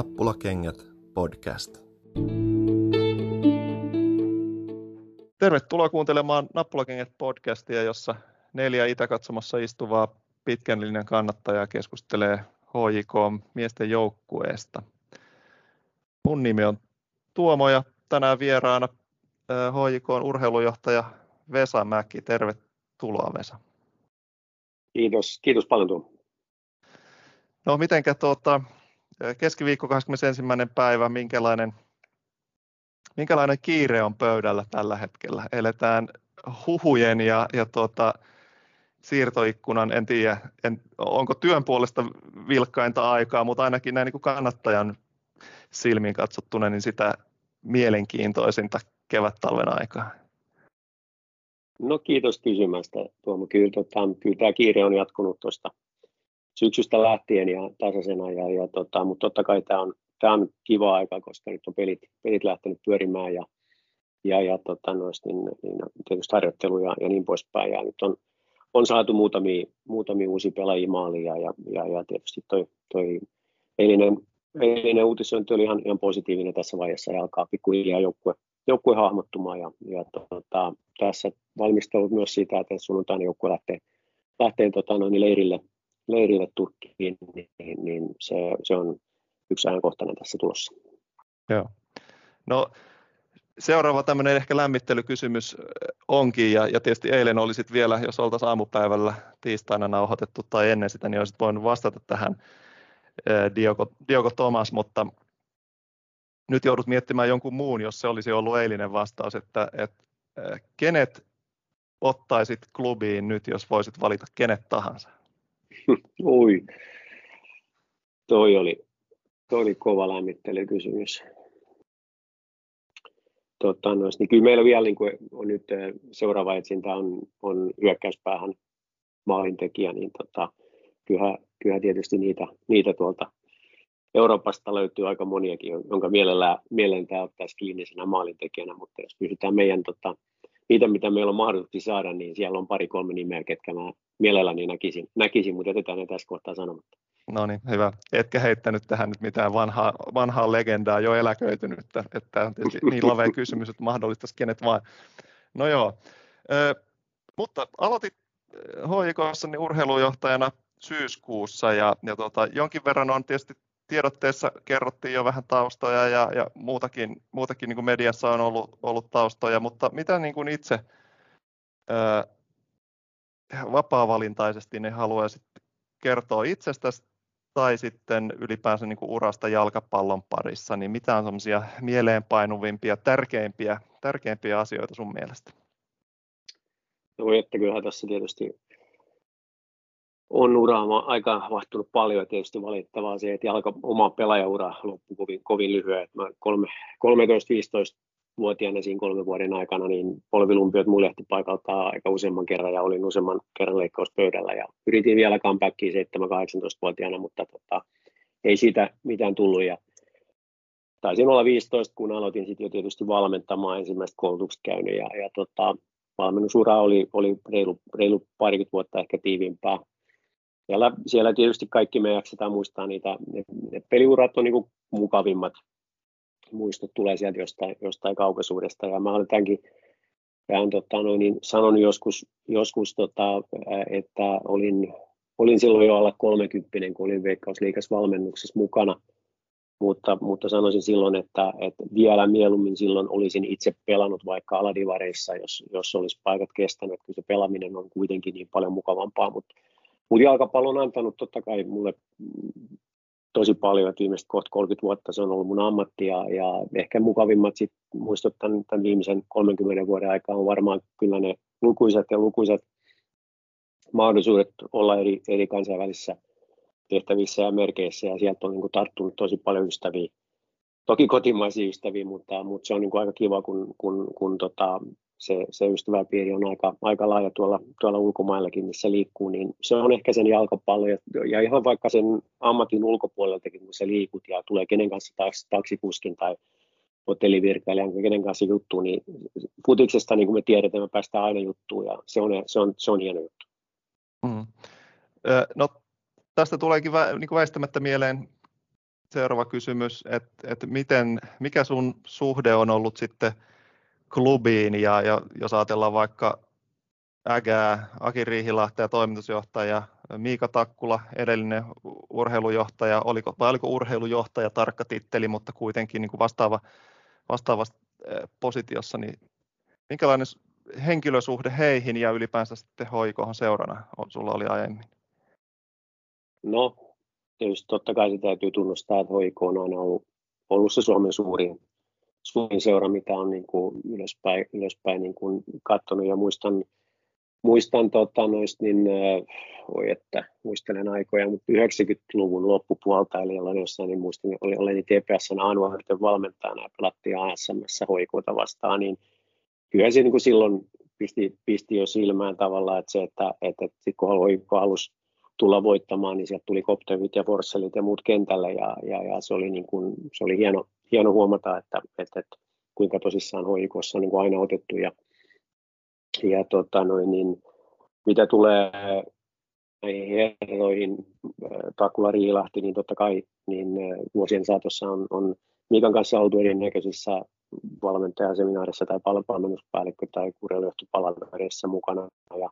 Nappulakengät podcast. Tervetuloa kuuntelemaan Nappulakengät podcastia, jossa 4 Itäkatsomassa istuvaa pitkän linjan kannattajaa keskustelee HJK-miesten joukkueesta. Mun nimi on Tuomo ja tänään vieraana HJK:n urheilujohtaja Vesa Mäki. Tervetuloa, Vesa. Kiitos paljon, Tuomo. No mitenkä keskiviikko 21. päivä, minkälainen kiire on pöydällä tällä hetkellä? Eletään huhujen ja siirtoikkunan, en tiedä, onko työn puolesta vilkkainta aikaa, mutta ainakin näin niin kuin kannattajan silmiin katsottuna, niin sitä mielenkiintoisinta kevät-talven aikaa. No kiitos kysymästä, Tuomo. Kyllä tämä kiire on jatkunut tuosta syksystä lähtien ja tasaisena, mutta totta kai tämä on kiva aika, koska nyt on pelit lähtenyt pyörimään ja tietysti harjoittelu ja niin poispäin. Ja nyt on saatu muutamia uusia pelaajia maaliin ja tietysti toi eilinen uutisointi oli ihan positiivinen tässä vaiheessa ja alkaa pikkuhiljaa joukkue hahmottumaan ja tässä valmistelut myös siitä, että sunnuntaina joukkue lähtee leirille Turkkiin, niin se on yksi ajankohtainen tässä tulossa. Joo. No seuraava tämmöinen ehkä lämmittelykysymys onkin, ja tietysti eilen olisit vielä, jos oltaisiin aamupäivällä tiistaina nauhoitettu tai ennen sitä, niin olisit voinut vastata tähän Diogo Thomas, mutta nyt joudut miettimään jonkun muun, jos se olisi ollut eilinen vastaus, että kenet ottaisit klubiin nyt, jos voisit valita kenet tahansa? Oi, toi oli kova lämmittelykysymys. Niin kyllä meillä vielä niin kuin on nyt seuraava etsintä on hyökkäyspäähän maalintekijä, niin kyllähän tietysti niitä tuolta Euroopasta löytyy aika moniakin, jonka mielellään tämä ottaisi kliinisenä maalintekijänä, mutta jos pysytään meidän niitä, mitä meillä on mahdollisuus saada, niin siellä on 2-3 nimeä, ketkä mä mielelläni näkisin, mutta jätetään ne tässä kohtaa sanomatta. No niin, hyvä. Etkä heittänyt tähän nyt mitään vanhaa legendaa jo eläköitynyttä, että on tietysti niin lavea kysymys, että mahdollistaisi kenet vaan. No joo, mutta aloitit HJK:ssa niin urheilujohtajana syyskuussa ja jonkin verran on tietysti tiedotteessa kerrottiin jo vähän taustoja ja muutakin niin kuin mediassa on ollut taustoja, mutta mitä niin kuin itse vapaa-valintaisesti ne haluaisit kertoa itsestäsi tai sitten ylipäänsä niin kuin urasta jalkapallon parissa, niin mitä on semmoisia mieleenpainuvimpia, tärkeimpiä asioita sun mielestä? No että kyllähän tässä tietysti on uraa aika vaihtunut paljon ja tietysti valitettavaa se, että oma pelaajaura loppui kovin lyhyen. 13-15-vuotiaana siinä 3 vuoden aikana niin polvilumpiot muljahti paikaltaan aika useamman kerran ja olin useamman kerran leikkauspöydällä ja yritin vielä comebackia 7-18-vuotiaana, mutta ei siitä mitään tullut ja taisin olla 15, kun aloitin sitten jo tietysti valmentamaan ensimmäiset koulutukset käynyt ja valmennusura oli reilu parikymmentä vuotta ehkä tiiviimpää. Siellä tietysti kaikki me jaksetaan muistaa ne peliurat on niin kuin mukavimmat muistot tulee sieltä jostain kaukaisuudesta ja mä olen tämänkin sanon joskus että olin silloin jo alla 30, kun olin Veikkausliigassa valmennuksessa mukana, mutta sanoisin silloin, että vielä mieluummin silloin olisin itse pelannut vaikka aladivareissa, jos olisi paikat kestänyt, kyllä se pelaaminen on kuitenkin niin paljon mukavampaa, mutta jalkapallo on antanut totta kai mulle tosi paljon, että viimeiset kohta 30 vuotta se on ollut mun ammatti ja ehkä mukavimmat sit muistot tämän viimeisen 30 vuoden aikaa on varmaan kyllä ne lukuisat mahdollisuudet olla eri kansainvälisissä tehtävissä ja merkeissä ja sieltä on niin kuin tarttunut tosi paljon ystäviä. Toki kotimaisia ystäviä, mutta se on niin kuin aika kiva, kun se ystäväpiiri on aika laaja tuolla ulkomaillakin, missä liikkuu, niin se on ehkä sen jalkapallo ja ihan vaikka sen ammatin ulkopuoleltakin, kun sä liikut ja tulee kenen kanssa taksikuskin tai hotellivirkailijan, kenen kanssa juttuun, niin futiksesta niin kuin me tiedetään, me päästään aina juttuun ja se on hieno juttu. No tästä tuleekin niin kuin väistämättä mieleen seuraava kysymys, että mikä sun suhde on ollut sitten klubiin ja jos ajatellaan vaikka Ägää, Aki Riihilahtea, toimitusjohtaja, Miika Takkula, edellinen urheilujohtaja, oliko urheilujohtaja tarkka titteli, mutta kuitenkin niin kuin vastaavassa positiossa, niin minkälainen henkilösuhde heihin ja ylipäänsä sitten HJK:hon seurana sulla oli aiemmin? No, tietysti totta kai se täytyy tunnustaa, että HJK on aina ollut se Suomen suurin seura, mitä on niin kuin ylöspäin niin kuin katsonut, ja muistan muistelen aikoja, mutta 90-luvun loppupuolta, eli olin jossain, niin muistin, olin TPS:n A-nuorten valmentajana ja pelattiin ASM:ssä HJK:ta vastaan, niin kyllä se niin kuin silloin pisti jo silmään tavallaan, että se, että kun HJK halusi tulla voittamaan, niin sieltä tuli Koptevit ja Forssellit ja muut kentälle, ja se oli, niin kuin, se oli hieno huomata, että kuinka tosissaan HJK:ssa on niin kuin aina otettu, ja niin, mitä tulee näihin herroihin, Takula, Riihilahti, niin totta kai niin vuosien saatossa on Miikan kanssa oltu erinäköisissä valmentajaseminaarissa tai valmennuspäällikkö- tai urheilujohtopalavereissa mukana.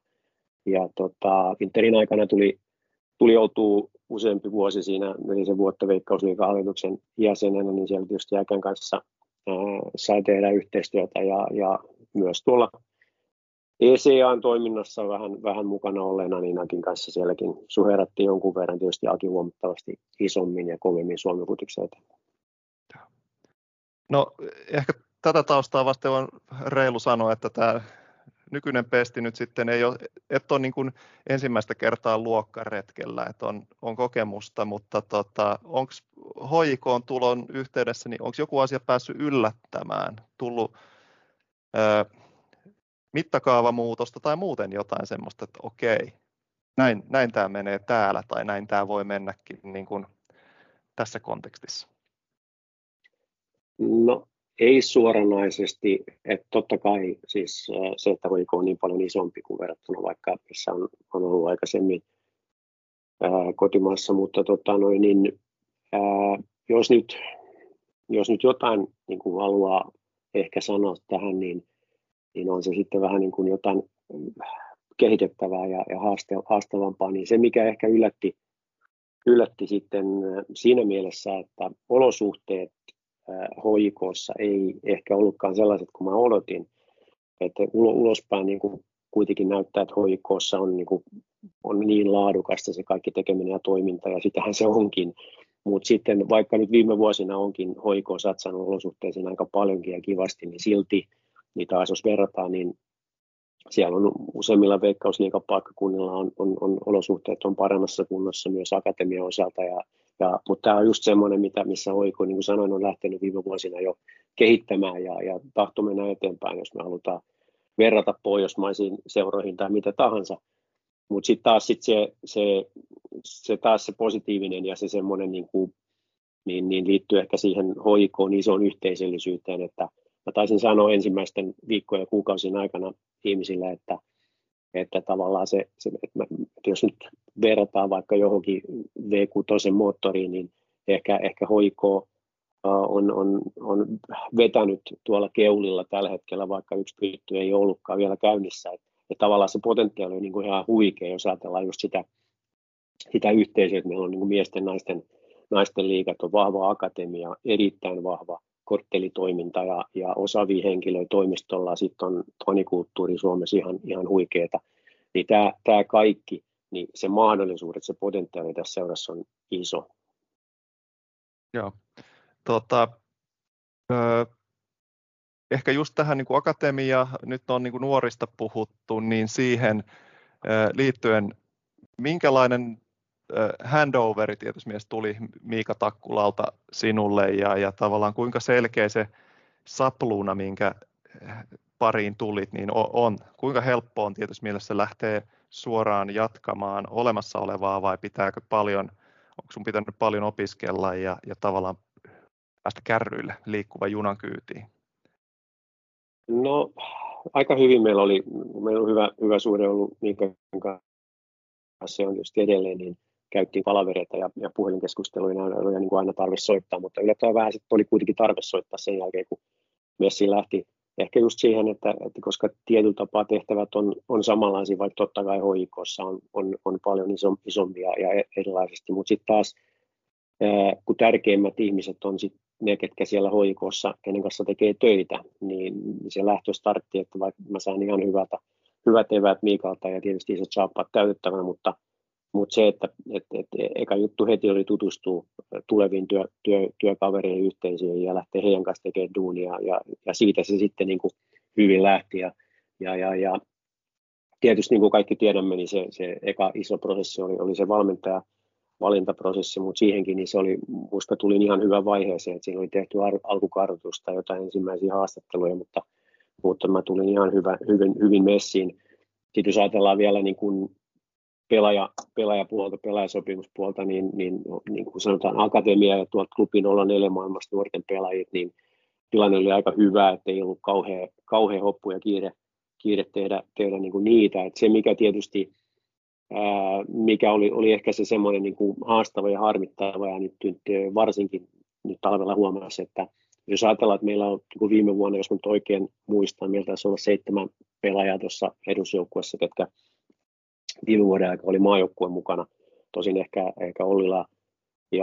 Interin aikana tuli oltua useampi vuosi siinä 4 vuotta Veikkausliigan hallituksen jäsenenä, niin siellä tietysti Jäkän kanssa sai tehdä yhteistyötä ja myös tuolla ECA:n toiminnassa vähän mukana olleena, niin Akin kanssa sielläkin suherattiin jonkun verran, tietysti Aki huomattavasti isommin ja kovemmin Suomi-futikselta. No ehkä tätä taustaa vasten on reilu sanoa, että tämä nykyinen pesti nyt sitten ei ole, että on niin kuin ensimmäistä kertaa luokkaretkellä, että on kokemusta, mutta onko HJK:n tulon yhteydessä, niin onko joku asia päässyt yllättämään, tullut mittakaavamuutosta tai muuten jotain semmoista, että okei, näin tämä menee täällä tai näin tämä voi mennäkin niin kuin tässä kontekstissa? No ei suoranaisesti, että totta kai siis se, että HJK on niin paljon isompi kuin verrattuna vaikka missä on ollut aikaisemmin kotimaassa, mutta jos nyt jotain niin kuin haluaa ehkä sanoa tähän, niin on se sitten vähän niin kuin jotain kehitettävää ja haastavampaa, niin se mikä ehkä yllätti sitten siinä mielessä, että olosuhteet HJK:ssa ei ehkä ollutkaan sellaiset kuin mä odotin, että ulospäin niin kuin kuitenkin näyttää, että HJK:ssa on niin laadukasta se kaikki tekeminen ja toiminta, ja sitähän se onkin. Mutta sitten vaikka nyt viime vuosina onkin HJK satsannut olosuhteisiin aika paljonkin ja kivasti, niin silti niin taas jos verrataan, niin siellä on useimmilla Veikkausliigapaikkakunnilla on olosuhteet on paremmassa kunnossa myös akatemian osalta, mutta tämä on just semmoinen, missä HJK, niin kuin sanoin, on lähtenyt viime vuosina jo kehittämään ja tahto mennä eteenpäin, jos me halutaan verrata pohjoismaisiin seuroihin tai mitä tahansa. Mutta sitten taas se positiivinen ja se semmoinen niin liittyy ehkä siihen HJK:n isoon yhteisöllisyyteen, että mä taisin sanoa ensimmäisten viikkojen ja kuukausien aikana ihmisille, että tavallaan että jos nyt verrataan vaikka johonkin V6 moottoriin, niin ehkä HJK on vetänyt tuolla keulilla tällä hetkellä, vaikka yksi pytty ei ollutkaan vielä käynnissä. Ja tavallaan se potentiaali on niin kuin ihan huikea, jos ajatellaan just sitä yhteisöä, että meillä on niin kuin miesten naisten liigat, on vahva akatemia, erittäin vahva korttelitoiminta ja osaavia henkilöitä toimistolla, sitten on fanikulttuuri Suomessa ihan huikeeta. Niin tämä kaikki, niin se mahdollisuudet, se potentiaali tässä seurassa on iso. Joo. Ehkä just tähän niin kuin akatemia, nyt on niin kuin nuorista puhuttu, niin siihen liittyen, minkälainen handoveri tietysti mies tuli Miika Takkulalta sinulle ja tavallaan kuinka selkeä se sapluuna, minkä pariin tulit, niin on. Kuinka helppo on tietysti mielessä lähteä suoraan jatkamaan olemassa olevaa vai onko sun pitänyt paljon opiskella ja tavallaan päästä kärryille liikkuvan junan kyytiin? No aika hyvin meillä on hyvä suhde ollut Miikan kanssa, se on tietysti edelleen, niin käyttiin palavereita ja puhelinkeskusteluja oli niin kuin aina tarve soittaa, mutta yllättävän vähän sitten oli kuitenkin tarve soittaa sen jälkeen, kun messi lähti. Ehkä just siihen, että koska tietyllä tapaa tehtävät on samanlaisia, vaikka totta kai HJK:ssa on paljon isompia ja erilaisesti, mutta sitten taas kun tärkeimmät ihmiset on sit ne, ketkä siellä HJK:ssa, kenen kanssa tekee töitä, niin se lähtöstartti, että vaikka mä saan ihan hyvät eväät Miikalta ja tietysti isot saappaat täytettävänä, mutta se, että eka juttu heti oli tutustua tuleviin työkavereihin, yhteisöihin ja lähteä heidän kanssa tekemään duunia ja siitä se sitten niin kuin hyvin lähti ja tietysti niin kuin kaikki tiedämme, niin se eka iso prosessi oli se valintavalintaprosessi, mutta siihenkin niin se oli, musta tuli ihan hyvä vaiheeseen, että siinä oli tehty alkukartoitusta, jotain ensimmäisiä haastatteluja, mutta mä tulin ihan hyvin messiin. Sitten jos ajatellaan vielä niin kuin pelaajapuolta, pelaajasopimuspuolta, niin kuin sanotaan akatemia ja tuolta klubin 04 maailmasta nuorten pelaajat, niin tilanne oli aika hyvä, että ei ollut kauhean hoppu ja kiire tehdä niin kuin niitä. Et se mikä tietysti mikä oli ehkä se semmoinen niin kuin haastava ja harmittava ja nyt varsinkin nyt talvella huomasi, että jos ajatellaan, että meillä on niin viime vuonna, jos nyt oikein muistan, meillä taisi olla 7 pelaajaa tuossa edusjoukkueessa, ketkä viime vuoden aika oli maajoukkueen mukana, tosin ehkä Ollila ja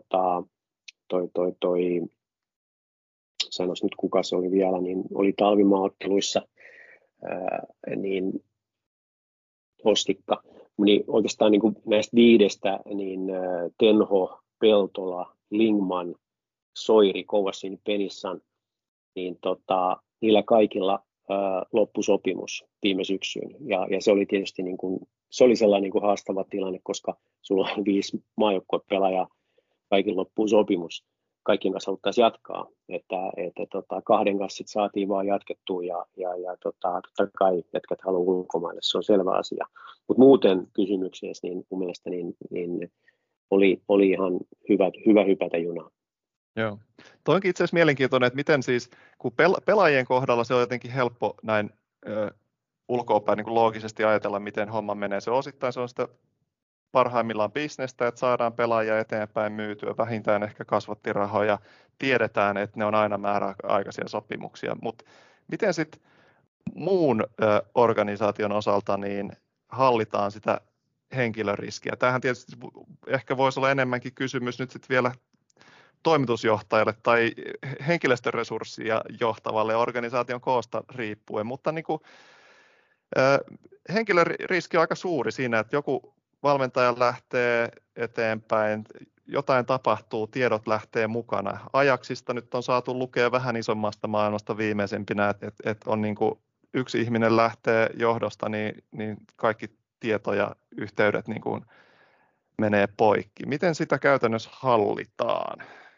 toi sanois nyt kuka se oli vielä, niin oli talvimaaotteluissa, niin Ostikka, niin oikeastaan niin kuin näistä 5, niin Tenho, Peltola, Lingman, Soiri, Kovasin, Penissan, niin niillä kaikilla loppusopimus viime syksyyn. Ja se oli tietysti niin kuin, se oli sellainen niin kuin haastava tilanne, koska sulla on 5 maajoukkuepelaajaa, kaikilla loppuu sopimus. Kaikkien kanssa haluttaisiin jatkaa, että 2 kanssa sit saatiin vaan jatkettua ja totta kai jätkät haluaa ulkomaille, se on selvä asia. Mutta muuten kysymyksessä niin mun mielestä niin oli ihan hyvä hypätä junaan. Joo. Toi onkin itse asiassa mielenkiintoinen, että miten siis, kun pelaajien kohdalla se on jotenkin helppo näin ulkoapäin niin kuin loogisesti ajatella, miten homma menee. Se osittain se on sitä parhaimmillaan bisnestä, että saadaan pelaajia eteenpäin myytyä, vähintään ehkä kasvattirahoja, tiedetään, että ne on aina määräaikaisia sopimuksia, mutta miten sitten muun organisaation osalta niin hallitaan sitä henkilöriskiä? Tämähän tietysti ehkä voisi olla enemmänkin kysymys nyt sitten vielä toimitusjohtajalle tai henkilöstöresurssia johtavalle organisaation koosta riippuen, mutta niin kuin, henkilöriski on aika suuri siinä, että joku valmentaja lähtee eteenpäin, jotain tapahtuu, tiedot lähtee mukana. Ajaksista nyt on saatu lukea vähän isommasta maailmasta viimeisempinä, että on niin kuin yksi ihminen lähtee johdosta, niin kaikki tieto ja yhteydet niin kuin menee poikki. Miten sitä käytännössä hallitaan?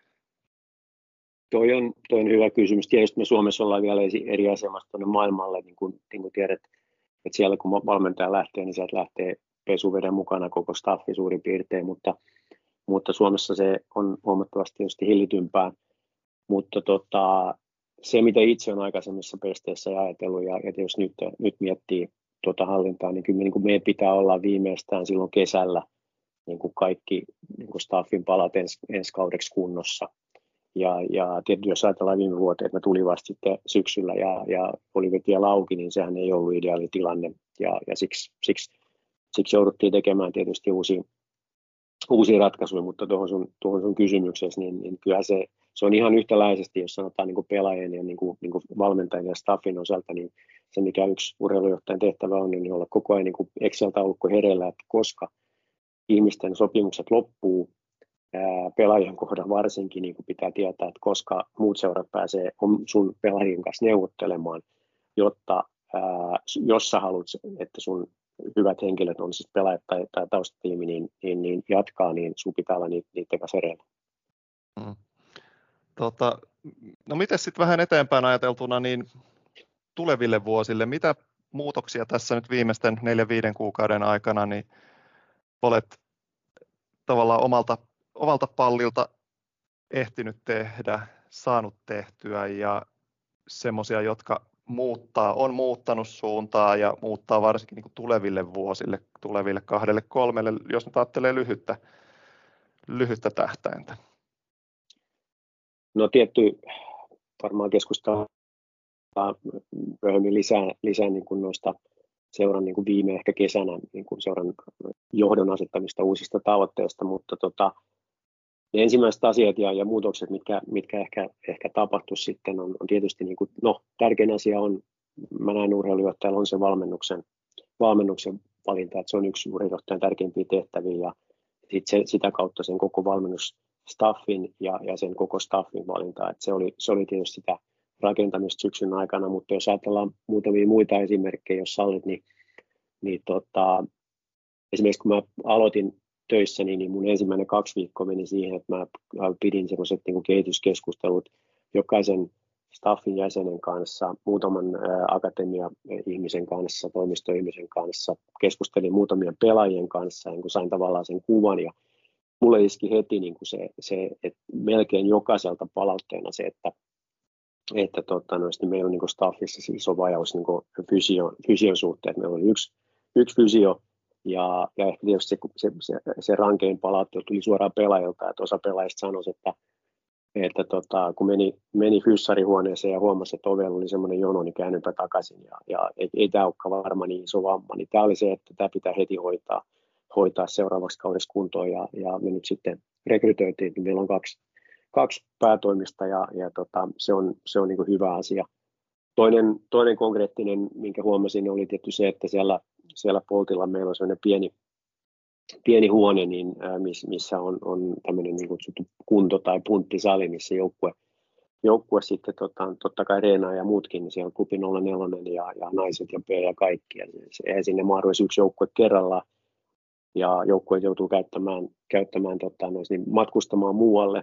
Toi on hyvä kysymys. Tietysti me Suomessa ollaan vielä eri asemassa tuonne maailmalle, niin kuin tiedät, että siellä kun valmentaja lähtee, niin sieltä lähtee pesuveden mukana koko staffi suurin piirtein, mutta Suomessa se on huomattavasti tietysti hillitympää. Mutta se, mitä itse on aikaisemmissa pesteissä ajatellut ja jos nyt miettii hallintaa, niin kyllä niin kuin meidän pitää olla viimeistään silloin kesällä niin kuin kaikki niin kuin staffin palat ensi kaudeksi kunnossa. Ja tietysti jos ajatellaan viime vuoteen, että ne tuli vasta sitten syksyllä ja oli vielä auki, niin sehän ei ollut ideaali tilanne. Ja siksi jouduttiin tekemään tietysti uusia ratkaisuja, mutta tuohon sun kysymyksessä, niin kyllä se on ihan yhtäläisesti, jos sanotaan niin kuin pelaajien ja niin kuin valmentajien ja staffin osalta, niin se mikä yksi urheilujohtajan tehtävä on, niin olla koko ajan niin kuin Excel-taulukko hereillä, että koska ihmisten sopimukset loppuu, pelaajien kohdalla varsinkin niin kuin pitää tietää, että koska muut seurat pääsee sun pelaajien kanssa neuvottelemaan, jotta jos sä haluat, että sun hyvät henkilöt, on siis pelaajat tai taustatiimi, niin jatkaa, niin sun pitää olla niiden kanssa hereillä. No miten sitten vähän eteenpäin ajateltuna niin tuleville vuosille, mitä muutoksia tässä nyt viimeisten 4-5 kuukauden aikana niin olet tavallaan omalta pallilta ehtinyt tehdä, saanut tehtyä ja semmoisia, jotka on muuttanut suuntaa ja muuttaa varsinkin niin kuin tuleville vuosille, tuleville 2-3, jos nyt ajattelee lyhyttä tähtäintä? No tietty, varmaan keskustelua myöhemmin lisää niin kuin noista seuran niin kuin viime ehkä kesänä niin kuin seuran johdon asettamista uusista tavoitteista, mutta ne ensimmäiset asiat ja muutokset, mitkä ehkä tapahtuu sitten, on tietysti niin kuin, tärkein asia on, mä näen urheilujohtajalla on se valmennuksen valinta, että se on yksi urheilujohtajan tärkeimpiä tehtäviä ja sitä kautta sen koko valmennusstaffin ja sen koko staffin valinta, että se oli tietysti sitä rakentamista syksyn aikana, mutta jos ajatellaan muutamia muita esimerkkejä, jos sallit, niin esimerkiksi kun mä aloitin töissäni, niin mun ensimmäinen 2 viikkoa meni siihen, että mä pidin semmoiset niin kuin kehityskeskustelut jokaisen staffin jäsenen kanssa, muutaman akatemia-ihmisen kanssa, toimistoihmisen kanssa, keskustelin muutamien pelaajien kanssa, niin kuin sain tavallaan sen kuvan, ja mulle iski heti niin kuin se että melkein jokaiselta palautteena se, että meillä on niin kuin staffissa siis iso vajaus niin kuin fysion suhteen. Meillä on yksi fysio ja ehkä tietysti se rankein palaute tuli suoraan pelaajilta, että osa pelaajista sanoisi, että kun meni fyssarihuoneeseen ja huomasi, että ovella oli semmoinen jono, niin käännypä takaisin ja ei tämä olekaan varmaan niin iso vamma. Niin tämä oli se, että tämä pitää heti hoitaa seuraavaksi kaudessa kuntoon ja me nyt sitten rekrytoitiin, että meillä on kaksi päätoimista ja se on niin kuin hyvä asia. Toinen konkreettinen, minkä huomasin, oli tietty se, että siellä Poltilla meillä on sellainen pieni huone, niin, missä on tämmöinen niin kutsuttu kunto- tai punttisali, missä joukkue sitten totta kai reenaa ja muutkin, niin siellä on klubi 04 ja naiset ja P ja kaikki. Ja sinne mahdollisesti yksi joukkue kerrallaan. Ja joukkueet joutuu käyttämään matkustamaan muualle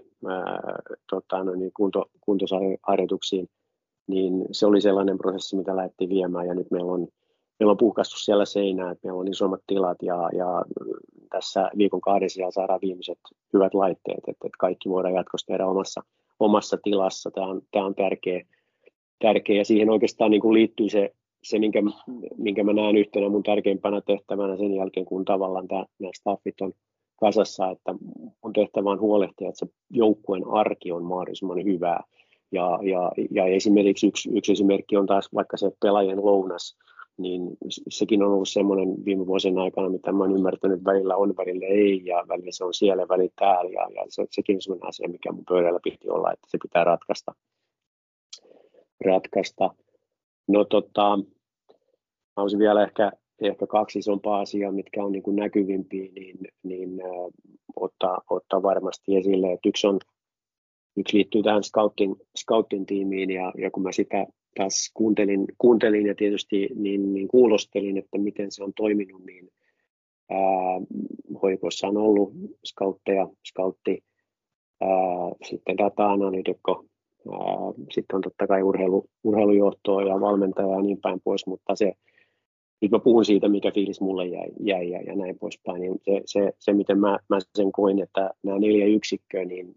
kuntosaliharjoituksiin, niin se oli sellainen prosessi, mitä lähdettiin viemään, ja nyt meillä on puhkaistu siellä seinää, että meillä on isommat tilat, ja tässä viikon 2 siellä saadaan viimeiset hyvät laitteet, että kaikki voidaan jatkossa tehdä omassa tilassa. Tämä on tärkeä, ja siihen oikeastaan niin kuin liittyy se, minkä mä näen yhtenä mun tärkeimpänä tehtävänä sen jälkeen, kun tavallaan nämä staffit on kasassa, että mun tehtävä on huolehtia, että se joukkueen arki on mahdollisimman hyvää. Ja esimerkiksi yksi esimerkki on taas vaikka se pelaajien lounas, niin sekin on ollut semmoinen viime vuosien aikana, mitä mä oon ymmärtänyt, että välillä on, välillä ei, ja välillä se on siellä, välillä täällä, ja sekin on semmoinen asia, mikä mun pöydällä piti olla, että se pitää ratkaista. No haluaisin vielä ehkä 2 isompaa asiaa, mitkä on niin kuin näkyvimpiä, niin ottaa varmasti esille. Että yksi liittyy tähän scouting tiimiin, ja kun mä sitä taas kuuntelin ja tietysti niin kuulostelin, että miten se on toiminut, niin HJK:ssa on ollut scoutti, sitten data-analyytikko, sitten on totta kai urheilujohtoa ja valmentaja ja niin päin pois, mutta nyt mä puhun siitä, mikä fiilis mulle jäi ja näin poispäin, niin se miten mä sen koin, että nämä 4 yksikköä niin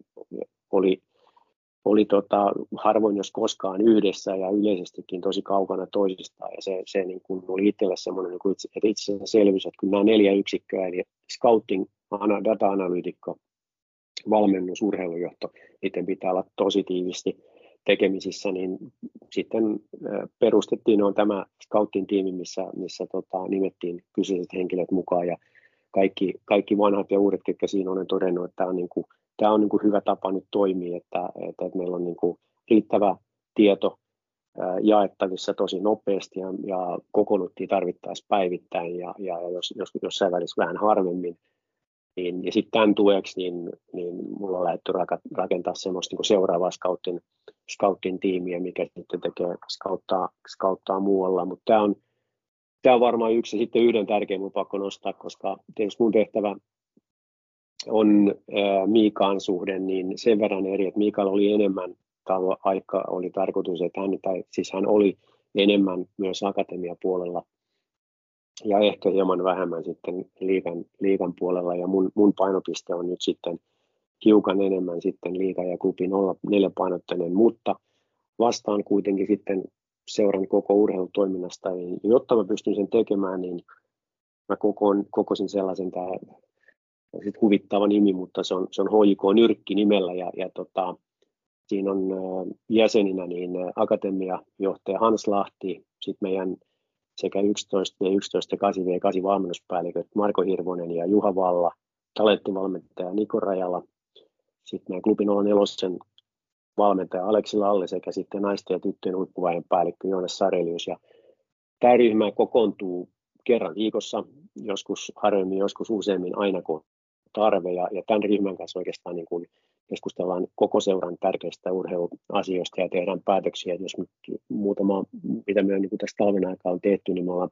oli harvoin jos koskaan yhdessä ja yleisestikin tosi kaukana toisistaan, ja se niin kuin oli itselle semmoinen, niin että itse asiassa selvisi, että kun nämä 4 yksikköä, eli scouting, data-analyytikko, valmennus, urheilujohto, niiden pitää olla tosi tiivisti tekemisissä, niin sitten perustettiin tämä scouting tiimi, missä nimettiin kyseiset henkilöt mukaan, ja kaikki vanhat ja uudet, ketkä siinä on todennut, että tämä on hyvä tapa nyt toimia, että meillä on niin kuin riittävä tieto jaettavissa tosi nopeasti ja kokoonnuttiin tarvittaessa päivittäin ja jossain välissä vähän harvemmin. Ja sitten tämän tueksi niin mulla on lähdetty rakentaa semmoista niin seuraavaa scoutin tiimiä, mikä sitten tekee scouttaa muualla. Mutta tämä on varmaan yksi, ja sitten yhden tärkein mun pakko nostaa, koska tietysti mun tehtävä on Miikaan suhde, niin sen verran eri, että Miikalla oli enemmän aika oli tarkoitus, että hän oli enemmän myös akatemiapuolella ja ehkä hieman vähemmän sitten liigan puolella, ja mun painopiste on nyt sitten hiukan enemmän sitten liiga- ja klubi 04 painotteinen, mutta vastaan kuitenkin sitten seuran koko urheilutoiminnasta, niin jotta mä pystyn sen tekemään, niin mä kokosin sellaisen, tämä on sitten huvittava nimi, mutta se on HJK Nyrkki nimellä, ja siinä on jäseninä niin akatemiajohtaja Hans Lahti, sitten meidän sekä 11 ja 8 ja 8 valmennuspäälliköt Marko Hirvonen ja Juha Valla, talenttivalmentaja Niko Rajala, sitten meidän klubin 04 valmentaja Aleksi Lalle sekä sitten naisten ja tyttöjen huippuvaiheen päällikkö Joonas Sarelius. Ja tämä ryhmä kokoontuu kerran viikossa, joskus harvemmin, joskus useammin, aina kun tarve. Ja tämän ryhmän kanssa oikeastaan niin kuin keskustellaan koko seuran tärkeistä urheiluasioista ja tehdään päätöksiä. Jos muutama, mitä me niin kuin tässä talven aikaa on tehty, niin me ollaan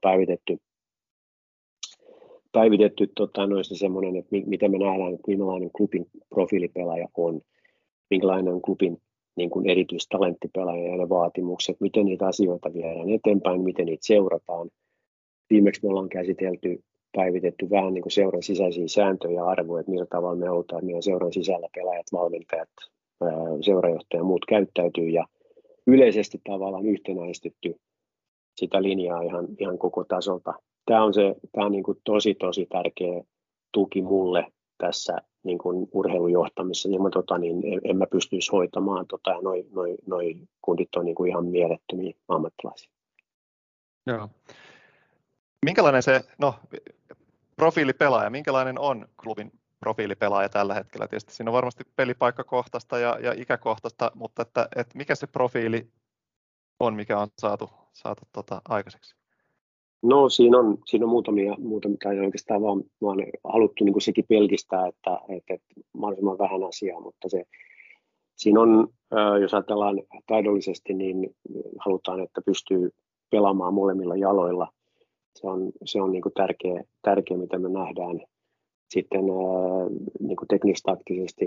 päivitetty noista semmoinen, että miten me nähdään, että millainen klubin profiilipelaaja on, minkälainen on klubin niin kuin erityistalenttipelaaja ja ne vaatimukset, miten niitä asioita viedään eteenpäin, miten niitä seurataan. Viimeksi me ollaan päivitetty vähän niin kuin seuran sisäisiä sääntöjä ja arvoja, että millä tavalla me halutaan, että meidän seuran sisällä pelaajat, valmentajat, seurajohtaja ja muut käyttäytyy, ja yleisesti tavallaan yhtenäistetty sitä linjaa ihan koko tasolta. Tämä on niin kuin tosi tärkeä tuki mulle tässä niin kuin urheilujohtamisessa. Ilman niin en mä pystyisi hoitamaan ja noi kundit on niin kuin ihan mielettömiä ammattilaisia. Joo. Minkälainen se profiilipelaaja, minkälainen on klubin profiilipelaaja tällä hetkellä? Tietysti siinä on varmasti pelipaikkakohtaista ja ikäkohtaista, mutta että mikä se profiili on, mikä on saatu aikaiseksi? No siinä on muutamia tai oikeastaan vaan haluttu niin kuin sekin pelkistää, että mahdollisimman vähän asiaa, mutta siinä on, jos ajatellaan taidollisesti, niin halutaan, että pystyy pelaamaan molemmilla jaloilla. Se on niin kuin tärkeä, mitä me nähdään. Sitten niin kuin teknistaktisesti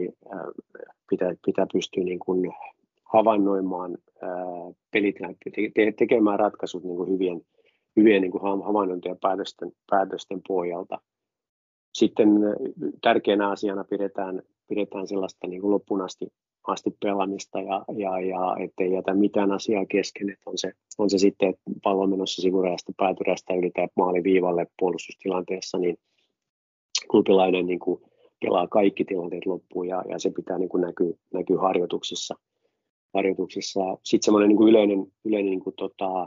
pitää pystyä niin kuin havainnoimaan pelit, tekemään ratkaisut niin kuin hyvien niin kuin havainnointien päätösten pohjalta. Sitten tärkeänä asiana pidetään sellaista niin kuin loppuun asti pelaamista ja ettei jätä mitään asiaa kesken. Että on se sitten, että pallo on menossa sivurajasta päätyrästä ylitään maaliviivalle puolustustilanteessa, niin klubilainen niin kuin pelaa kaikki tilanteet loppuun ja se pitää niin kuin näkyy harjoituksissa. Sitten semmoinen niin kuin yleinen niin kuin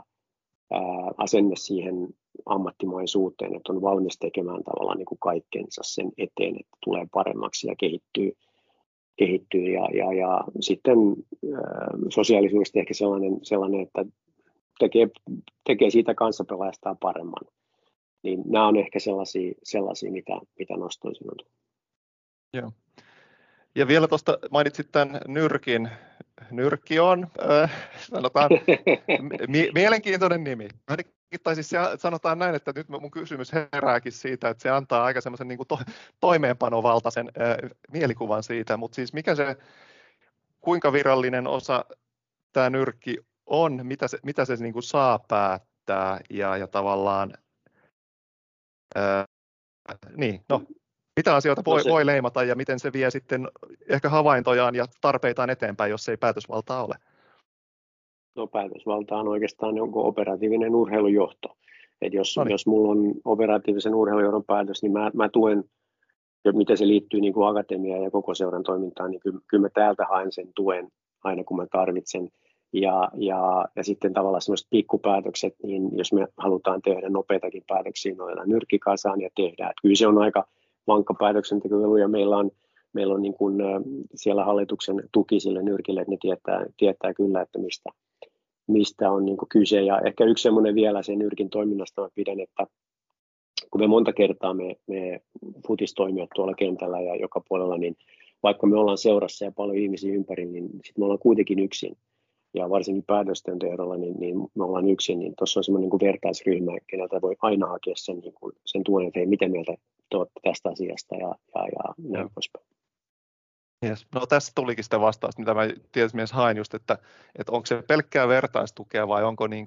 asenne siihen ammattimaisuuteen, että on valmis tekemään tavallaan niin kuin kaikkensa sen eteen, että tulee paremmaksi ja kehittyy ja sitten sosiaalisuudesta ehkä sellainen että tekee siitä kanssapelaajastaan paremman. Niin nämä on ehkä sellaisia mitä nostoisin. Joo. Ja vielä tuosta mainitsit tämän nyrkin. Nyrkki on, sanotaan, mielenkiintoinen nimi. Tai siis sanotaan näin, että nyt mun kysymys herääkin siitä, että se antaa aika semmoisen niin kuin toimeenpanovaltaisen mielikuvan siitä, mutta siis kuinka virallinen osa tämä nyrkki on, mitä se niin kuin saa päättää ja tavallaan, mitä asioita voi leimata ja miten se vie sitten ehkä havaintojaan ja tarpeitaan eteenpäin, jos ei päätösvaltaa ole? No päätösvalta on oikeastaan jonkun operatiivinen urheilujohto. Et jos mulla on operatiivisen urheilujohdon päätös, niin mä tuen, miten se liittyy niin kuin akatemiaan ja koko seuran toimintaan, niin kyllä mä täältä haen sen tuen aina kun mä tarvitsen. Ja sitten tavallaan sellaiset pikkupäätökset, niin jos me halutaan tehdä nopeitakin päätöksiä, noilla nyrkkikasaan ja tehdään. Kyllä se on aika vankka päätöksenteko ja meillä on niin kuin siellä hallituksen tuki sille nyrkille, että ne tietää kyllä, että mistä on niin kuin kyse. Ja ehkä yksi semmoinen vielä sen nyrkin toiminnasta mä pidän, että kun me monta kertaa me futistoimijat tuolla kentällä ja joka puolella, niin vaikka me ollaan seurassa ja paljon ihmisiä ympäri, niin sitten me ollaan kuitenkin yksin. Ja varsinkin päätösten tehdolla, niin me ollaan yksin, niin tuossa on semmoinen niin kuin vertaisryhmä, keneltä voi aina hakea sen tuen, että hei, miten mieltä te olette tästä asiasta ja näin poispäin. Yes. No tässä tulikin sitä vastausta, mitä mä tietysti myös hain just, että onko se pelkkää vertaistukea vai onko niin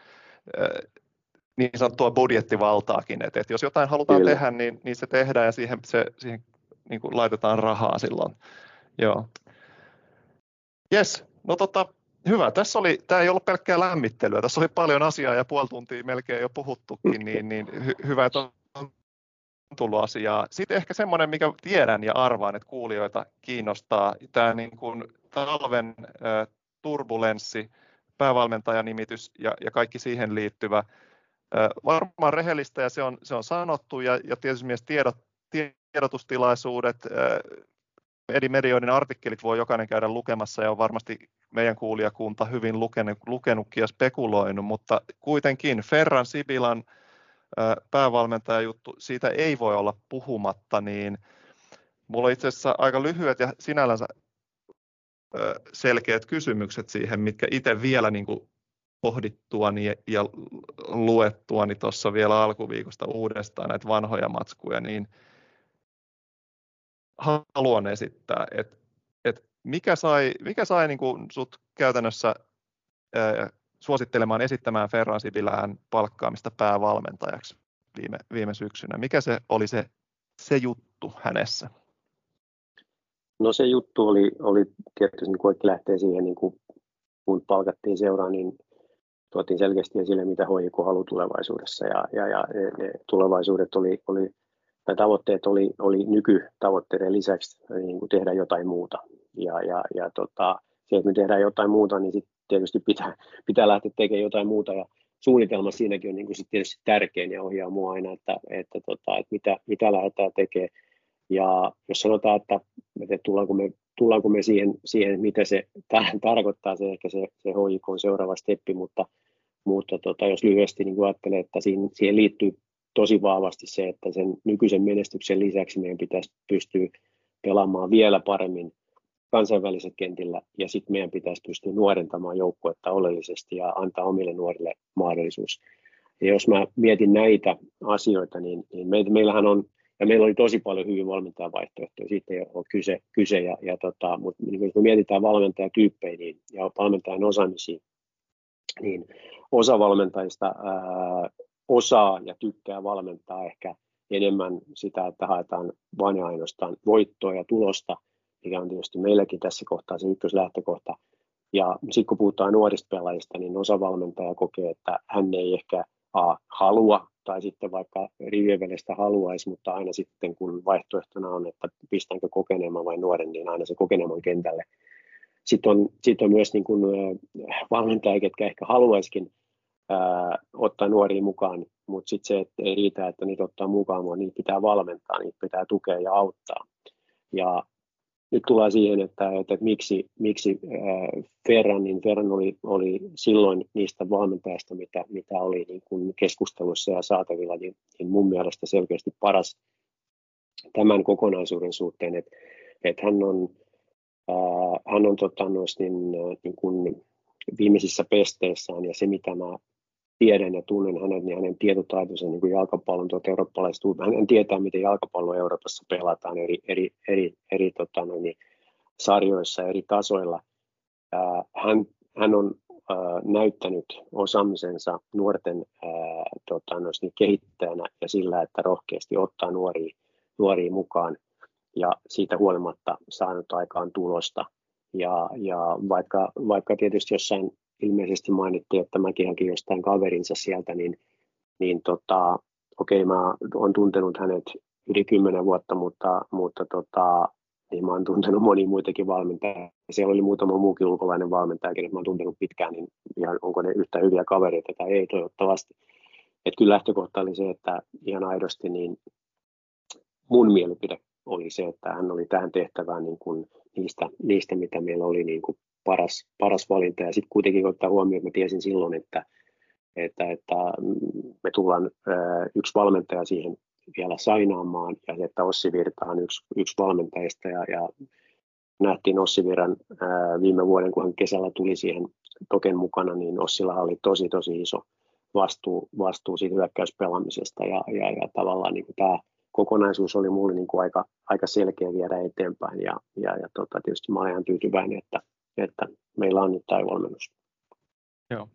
sanottua budjettivaltaakin, että jos jotain halutaan Kyllä. tehdä, niin se tehdään ja siihen niin kuin laitetaan rahaa silloin. Joo. Yes. No Hyvä. Tämä ei ollut pelkkää lämmittelyä. Tässä oli paljon asiaa ja puoli tuntia melkein jo puhuttukin, niin hyvä, että on tullut asiaa. Sitten ehkä semmoinen, mikä tiedän ja arvaan, että kuulijoita kiinnostaa, tämä niin kuin talven turbulenssi, päävalmentajanimitys ja kaikki siihen liittyvä. Varmaan rehellistä ja se on sanottu ja tietysti myös tiedotustilaisuudet, eri medioiden artikkelit voi jokainen käydä lukemassa ja on varmasti meidän kuulijakunta hyvin lukenutkin ja spekuloinut, mutta kuitenkin Ferran Sibilan päävalmentajajuttu, siitä ei voi olla puhumatta, niin mulla on itse asiassa aika lyhyet ja sinällänsä selkeät kysymykset siihen, mitkä itse vielä niin kuin pohdittuani ja luettuani tuossa vielä alkuviikosta uudestaan näitä vanhoja matskuja, niin haluan esittää, että mikä sai niin kuin sut käytännössä suosittelemaan esittämään Ferran Sibilään palkkaamista päävalmentajaksi viime syksynä? Mikä se oli se juttu hänessä? No se juttu oli tietysti, niin kaikki lähtee siihen, niin kun palkattiin seuraan, niin tuotiin selkeästi esille, mitä HJK haluaa tulevaisuudessa. Ja ne tulevaisuudet tai tavoitteet oli nykytavoitteiden lisäksi niin kuin tehdä jotain muuta. Se, että me tehdään jotain muuta, niin sitten tietysti pitää lähteä tekemään jotain muuta. Ja suunnitelma siinäkin on niin kuin sit tietysti tärkein ja ohjaa mua aina, että mitä lähdetään tekemään. Ja jos sanotaan, että tullaanko me siihen mitä se tarkoittaa, se ehkä se HJK on seuraava steppi, mutta jos lyhyesti niin ajattelee, että siihen liittyy tosi vahvasti se, että sen nykyisen menestyksen lisäksi meidän pitäisi pystyä pelaamaan vielä paremmin kansainvälisellä kentillä, ja sitten meidän pitäisi pystyä nuorentamaan joukkuetta oleellisesti ja antaa omille nuorille mahdollisuus. Ja jos mä mietin näitä asioita, niin meillähän on, ja meillä oli tosi paljon hyvin valmentajavaihtoehtoja, siitä ei ole kyse mutta niin jos me mietitään valmentajatyyppejä ja valmentajan osaamisia, niin osa valmentajista osaa ja tykkää valmentaa ehkä enemmän sitä, että haetaan vain ja ainoastaan voittoa ja tulosta, mikä on tietysti meilläkin tässä kohtaa se ykköslähtökohta. Ja sitten kun puhutaan nuorista pelaajista, niin osa valmentaja kokee, että hän ei ehkä halua, tai sitten vaikka rivien välistä haluaisi, mutta aina sitten kun vaihtoehtona on, että pistänkö kokeneemman vai nuoren, niin aina se kokeneemman kentälle. Sitten on myös niin kuin valmentajia, ketkä ehkä haluaisikin ottaa nuoria mukaan, mutta sitten se, että ei riitä, että niitä ottaa mukaan, vaan niitä pitää valmentaa, niitä pitää tukea ja auttaa. Ja nyt tullaan siihen, että miksi Ferran oli silloin niistä valmentajista, mitä oli niin kuin keskustelussa ja saatavilla, niin mun mielestä selkeästi paras tämän kokonaisuuden suhteen, että hän on niin kuin viimeisissä pesteissään, ja se mitä mä tiedän ja tunnen hänet, niin hänen tietotaitonsa niin kuin jalkapallon eurooppalaisesta, hän tietää, miten jalkapallo Euroopassa pelataan eri sarjoissa, eri tasoilla. Hän on näyttänyt osaamisensa nuorten kehittäjänä ja sillä, että rohkeasti ottaa nuoria mukaan ja siitä huolimatta saanut aikaan tulosta. Ja vaikka tietysti jossain ilmeisesti mainittiin, että mäkin hankin jostain kaverinsa sieltä, niin mä oon tuntenut hänet yli 10 vuotta, mutta niin mä oon tuntenut monia muitakin valmentajia. Siellä oli muutama muukin ulkolainen valmentaja, kenet mä oon tuntenut pitkään, niin ihan onko ne yhtä hyviä kavereita tai ei toivottavasti. Että kyllä lähtökohta oli se, että ihan aidosti niin mun mielipide oli se, että hän oli tähän tehtävään niin kuin niistä, mitä meillä oli niin kuin paras valinta. Ja sitten kuitenkin ottaa huomioon, että mä tiesin silloin, että me tullaan yksi valmentaja siihen vielä sainaamaan, ja että Ossi Virta on yksi valmentajista, ja nähtiin Ossi Virran viime vuoden, kun hän kesällä tuli siihen Token mukana, niin Ossilla oli tosi iso vastuu siitä hyökkäyspelaamisesta, ja tavallaan niin kuin tämä kokonaisuus oli mulle niin kuin aika selkeä viedä eteenpäin, ja tietysti mä olen ihan tyytyväinen, että meillä on nyt tämä valmennus. Joo.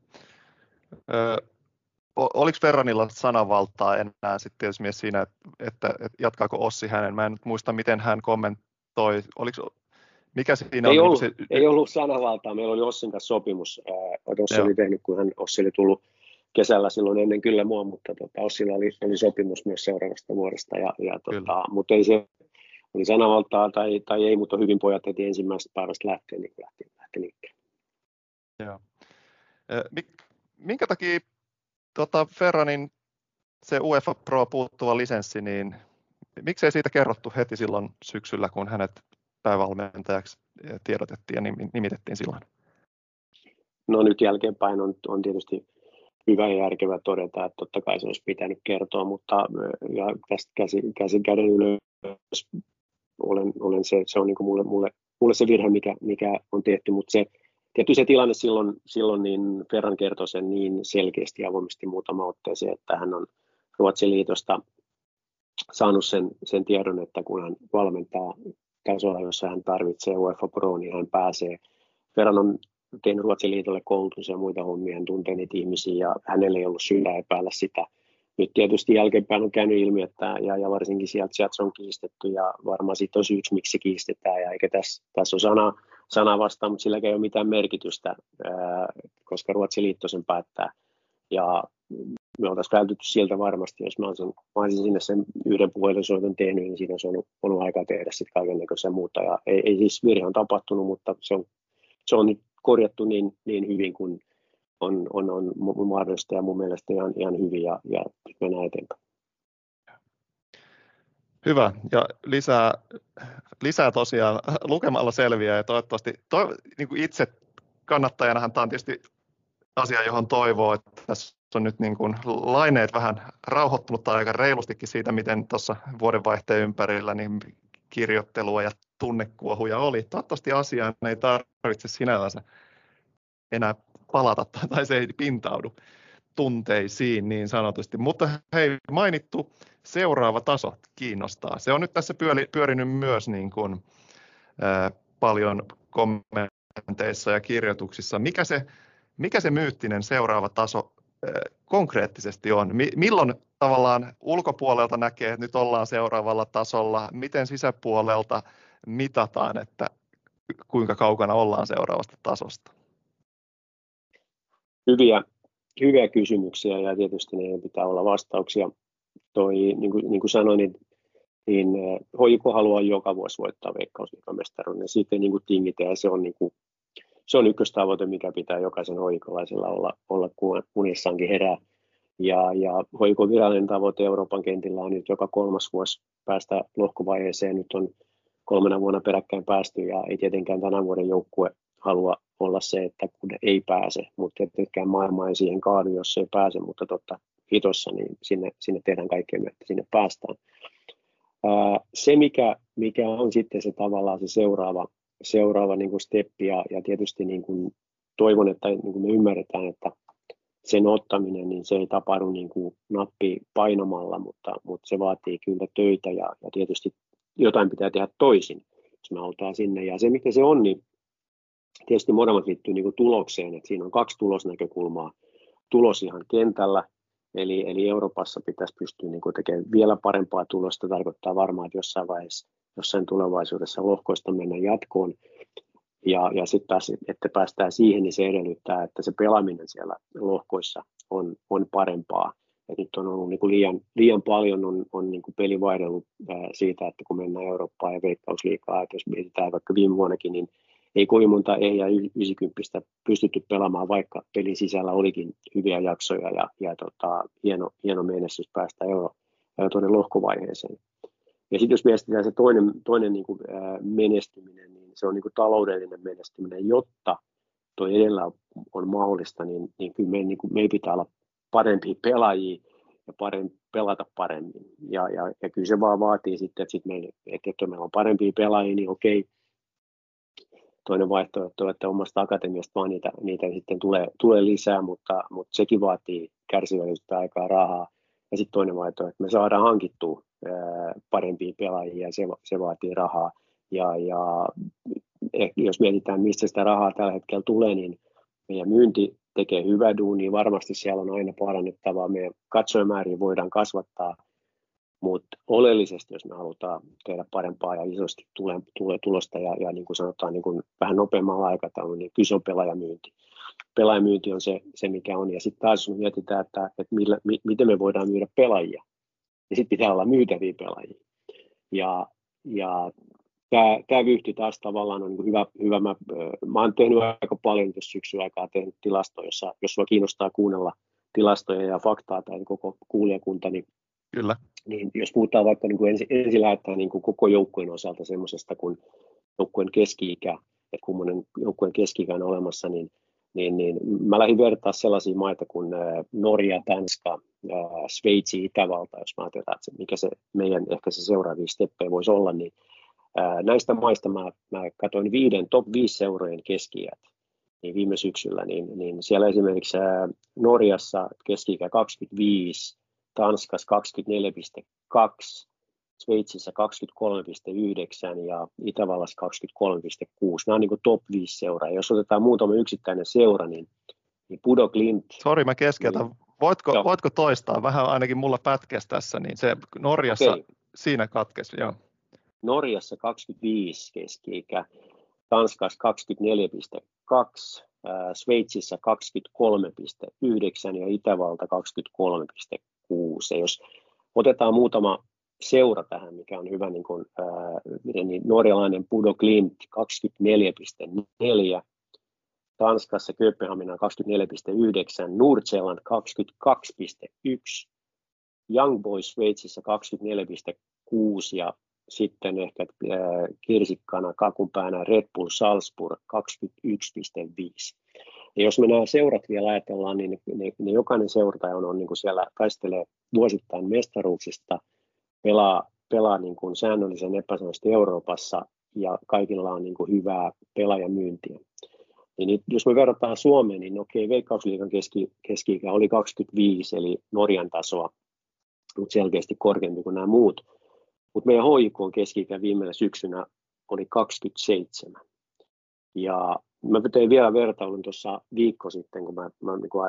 Oliko Ferranilla sananvaltaa enää sitten tietysti myös siinä, että jatkaako Ossi hänen? Mä en nyt muista, miten hän kommentoi. Mikä siinä on se... Ei ollut sanavaltaa. Meillä oli Ossin kanssa sopimus. Ossi oli tehnyt, kun Ossi oli tullut kesällä silloin ennen kyllä mua, mutta Ossilla oli sopimus myös seuraavasta vuodesta. Mutta ei se oli sanavaltaa tai ei, mutta hyvin pojat heti ensimmäisestä päivästä lähtien niin lähti liikkeelle. Joo. Minkä takia Ferranin se UEFA Pro puuttuva lisenssi, niin miksei siitä kerrottu heti silloin syksyllä, kun hänet päävalmentajaksi tiedotettiin ja nimitettiin silloin? No nyt jälkeenpäin on tietysti hyvä ja järkevä todeta, että totta kai se olisi pitänyt kertoa, mutta ja tästä käden ylös olen se on niin kuin mulle se virhe, mikä on tehty, mutta se tilanne silloin niin Ferran kertoi sen niin selkeästi ja avoimesti muutama otteeseen, että hän on Ruotsin liitosta saanut sen tiedon, että kun hän valmentaa tasolla, jossa hän tarvitsee UEFA Pro, niin hän pääsee. Ferran on tehnyt Ruotsin liitolle koulutus ja muita hommia, hän tuntee niitä ihmisiä ja hänellä ei ollut syytä epäillä sitä. Nyt tietysti jälkeenpäin on käynyt ilmi, että ja varsinkin sieltä on kiistetty ja varmaan siitä on syyksi, miksi se kiistetään ja eikä tässä ole sana vastaan, mutta silläkään ei ole mitään merkitystä, koska Ruotsin liitto sen päättää ja me oltaisiin vältytty sieltä varmasti, jos mä olisin sinne sen yhden puhelinsoiton tehnyt, niin siinä olisi ollut aikaa tehdä sitten kaikennäköistä muuta ja ei siis virhe on tapahtunut, mutta se on nyt korjattu niin hyvin kuin on mahdollista ja mun mielestä ihan hyvin ja mennään eteenpäin. Hyvä ja lisää tosiaan lukemalla selviää ja toivottavasti niin kuin itse kannattajanahan tämä on tietysti asia, johon toivoo, että tässä on nyt niin kuin laineet vähän rauhoittunut tai aika reilustikin siitä, miten tuossa vuodenvaihteen ympärillä niin kirjoittelua ja tunnekuohuja oli. Toivottavasti asiaan ei tarvitse sinällänsä enää palata tai se ei pintaudu tunteisiin niin sanotusti. Mutta hei, mainittu seuraava taso kiinnostaa. Se on nyt tässä pyörinyt myös niin kuin, paljon kommenteissa ja kirjoituksissa. Mikä se myyttinen seuraava taso konkreettisesti on? Milloin tavallaan ulkopuolelta näkee, että nyt ollaan seuraavalla tasolla? Miten sisäpuolelta mitataan, että kuinka kaukana ollaan seuraavasta tasosta? Hyviä kysymyksiä ja tietysti niihin pitää olla vastauksia. Niin kuin sanoin, niin HJK haluaa joka vuosi voittaa Veikkausliigamestaruuden ja siitä ei niin kuin tingitä ja se on ykköstavoite, mikä pitää jokaisen HJK:laisella olla kun unessaankin herää. Ja HJK virallinen tavoite Euroopan kentillä on nyt joka 3. vuosi päästä lohkovaiheeseen. Nyt on 3 vuonna peräkkäin päästy ja ei tietenkään tänä vuoden joukkue halua olla se, että kun ei pääse, mutta tietenkään maailma ei siihen kaadu, jos ei pääse, mutta hitossa niin sinne tehdään kaikkea, että sinne päästään. Se, mikä on sitten se tavallaan se seuraava niin kuin steppi ja tietysti niin kuin toivon, että niin kuin me ymmärretään, että sen ottaminen, niin se ei tapahdu niin kuin nappi painamalla, mutta se vaatii kyllä töitä ja tietysti jotain pitää tehdä toisin, jos me halutaan sinne. Ja se, mikä se on, niin tietysti molemmat liittyy niin kuin tulokseen, että siinä on 2 tulosnäkökulmaa. Tulos ihan kentällä, eli Euroopassa pitäisi pystyä niin kuin tekemään vielä parempaa tulosta, tarkoittaa varmaan, että jossain tulevaisuudessa lohkoista mennään jatkoon. Ja sitten että päästään siihen, niin se edellyttää, että se pelaaminen siellä lohkoissa on parempaa. Et nyt on ollut niin kuin liian paljon on niin kuin peli vaihdellut siitä, että kun mennään Eurooppaan ja Veikkausliigaa, että jos mietitään vaikka viime vuonnakin, niin ei kovin monta ja 90 pystytty pelaamaan, vaikka pelin sisällä olikin hyviä jaksoja ja hieno menestys päästä tuonne lohkovaiheeseen. Ja sitten jos mietitään se toinen niin kuin, menestyminen, niin se on niin kuin taloudellinen menestyminen, jotta tuo edellä on mahdollista, niin kyllä meidän pitää olla parempia pelaajia ja pelata paremmin. Ja kyllä se vaan vaatii sitten, että meillä on parempia pelaajia, niin okei, toinen vaihtoehto, että omasta akatemiasta vaan niitä sitten tulee lisää, mutta sekin vaatii kärsivällisyyttä, aikaa, rahaa. Ja sitten toinen vaihtoehto, että me saadaan hankittua parempia pelaajia ja se vaatii rahaa. Ja jos mietitään, mistä sitä rahaa tällä hetkellä tulee, niin meidän myynti tekee hyvää duunia. Varmasti siellä on aina parannettavaa. Meidän katsojamääriä voidaan kasvattaa, mutta oleellisesti, jos me halutaan tehdä parempaa ja isosti tulee tulosta ja niin kuin sanotaan niin kuin vähän nopeammalla aikataululla, niin kyse on pelaajamyynti. Pelaajamyynti on se mikä on. Ja sitten taas jos mietitään, että miten me voidaan myydä pelaajia, niin sitten pitää olla myytäviä pelaajia. Ja tämä vyyhti taas tavallaan on niin hyvä. Mä oon tehnyt aika paljon tässä syksyn aikaa tehnyt tilastoja, jos sua kiinnostaa kuunnella tilastoja ja faktaa tai koko kuulijakunta, niin, Kyllä. niin jos puhutaan vaikka niin kuin ensin lähdetään niin kuin koko joukkueen osalta semmoisesta kuin joukkueen keski-ikä, että kummoinen joukkueen keski-ikä on olemassa, niin mä lähdin vertaa sellaisia maita kuin Norja, Tanska, Sveitsi, Itävalta, jos mä ajatellaan, että mikä se meidän ehkä se seuraavia steppejä voisi olla, niin näistä maista mä katsoin top 5 seurojen keski-iät niin viime syksyllä, niin siellä esimerkiksi Norjassa keski-ikä 25, Tanskassa 24,2, Sveitsissä 23,9 ja Itävallassa 23,6. Nämä on niin kuin top 5 seuraa. Jos otetaan muutama yksittäinen seura, niin Budo Glimt. Sori, mä keskeytän. Niin, voitko toistaa? Vähän ainakin mulla pätkäsi tässä, niin se Norjassa siinä katkesi. Joo. Norjassa 25 keski-ikä, Tanskassa 24,2, Sveitsissä 23,9 ja Itävalta 23,6. Ja jos otetaan muutama seura tähän, mikä on hyvä, niin norjalainen Budo Glimt 24,4, Tanskassa Kööpenhamina 24,9, Nordsjælland 22,1, Young Boys Sveitsissä 24,6 ja sitten ehkä kirsikkana kakunpäänä Red Bull Salzburg 21,5. Ja jos me nämä seurat vielä ajatellaan, niin ne jokainen seura on niin kuin siellä taistelee vuosittain mestaruuksista, pelaa niin kuin säännöllisen epäsäännöllisesti Euroopassa ja kaikilla on niin kuin hyvää pelaajamyyntiä. Niin jos me verrataan Suomeen, niin okei, Veikkausliigan keski-ikä oli 25, eli Norjan tasoa, mutta selkeästi korkeampi kuin nämä muut. Mutta meidän HJK:n keski-ikä viime syksynä oli 27. Ja mä tein vielä vertailun tuossa viikko sitten, kun mä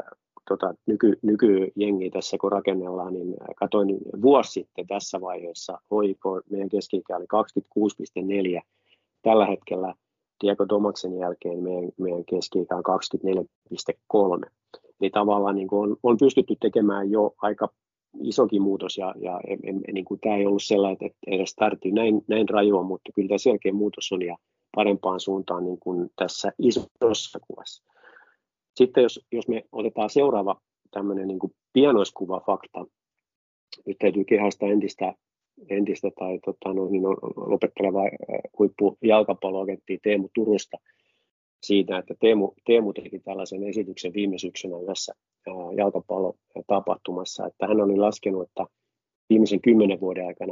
nykyjengiä tässä kun rakennellaan, niin katsoin vuosi sitten tässä vaiheessa HJK, meidän keski-ikä oli 26,4. Tällä hetkellä Diego Domaksen jälkeen meidän keski-ikä on 24,3. Niin tavallaan niin on pystytty tekemään jo aika isokin muutos ja niin kuin tämä ei ollut sellainen, että edes tarvittiin näin rajua, mutta kyllä tämä selkeä muutos on ja parempaan suuntaan niin kuin tässä isossa kuvassa. Sitten jos me otetaan seuraava tämmöinen niin kuin pienoiskuva fakta, nyt täytyy kehästä entistä tai lopettelevaa huippujalkapalloagenttia Teemu Turusta siitä, että Teemu teki tällaisen esityksen viime syksynä tässä jalkapallotapahtumassa, että hän oli laskenut, että viimeisen 10 vuoden aikana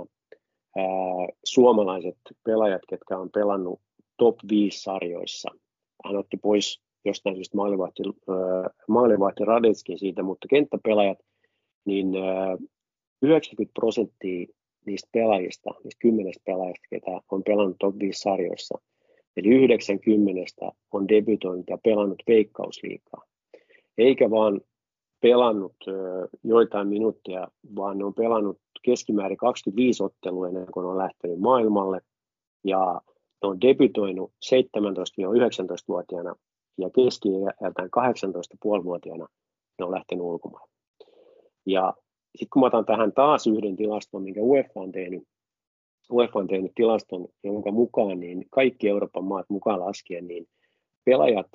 suomalaiset pelaajat, ketkä on pelannut top 5 sarjoissa, hän otti pois jostain syystä maalivahti Radetskin siitä, mutta kenttäpelaajat, niin 90% niistä pelaajista, niistä 10 pelaajista, ketä on pelannut top 5 sarjoissa, eli 90 on debytoinut ja pelannut Veikkausliigaa. Eikä vaan pelannut joitain minuuttia, vaan ne on pelannut keskimäärin 25 ottelua ennen kuin on lähtenyt maailmalle. Ja ne on debytoinut 17-19-vuotiaana ja keski-iältään 18,5-vuotiaana ne on lähtenyt ulkomaille. Ja sitten kun mä otan tähän taas yhden tilaston, minkä UEFA on tehnyt tilaston, jonka mukaan niin kaikki Euroopan maat mukaan laskien, niin pelaajat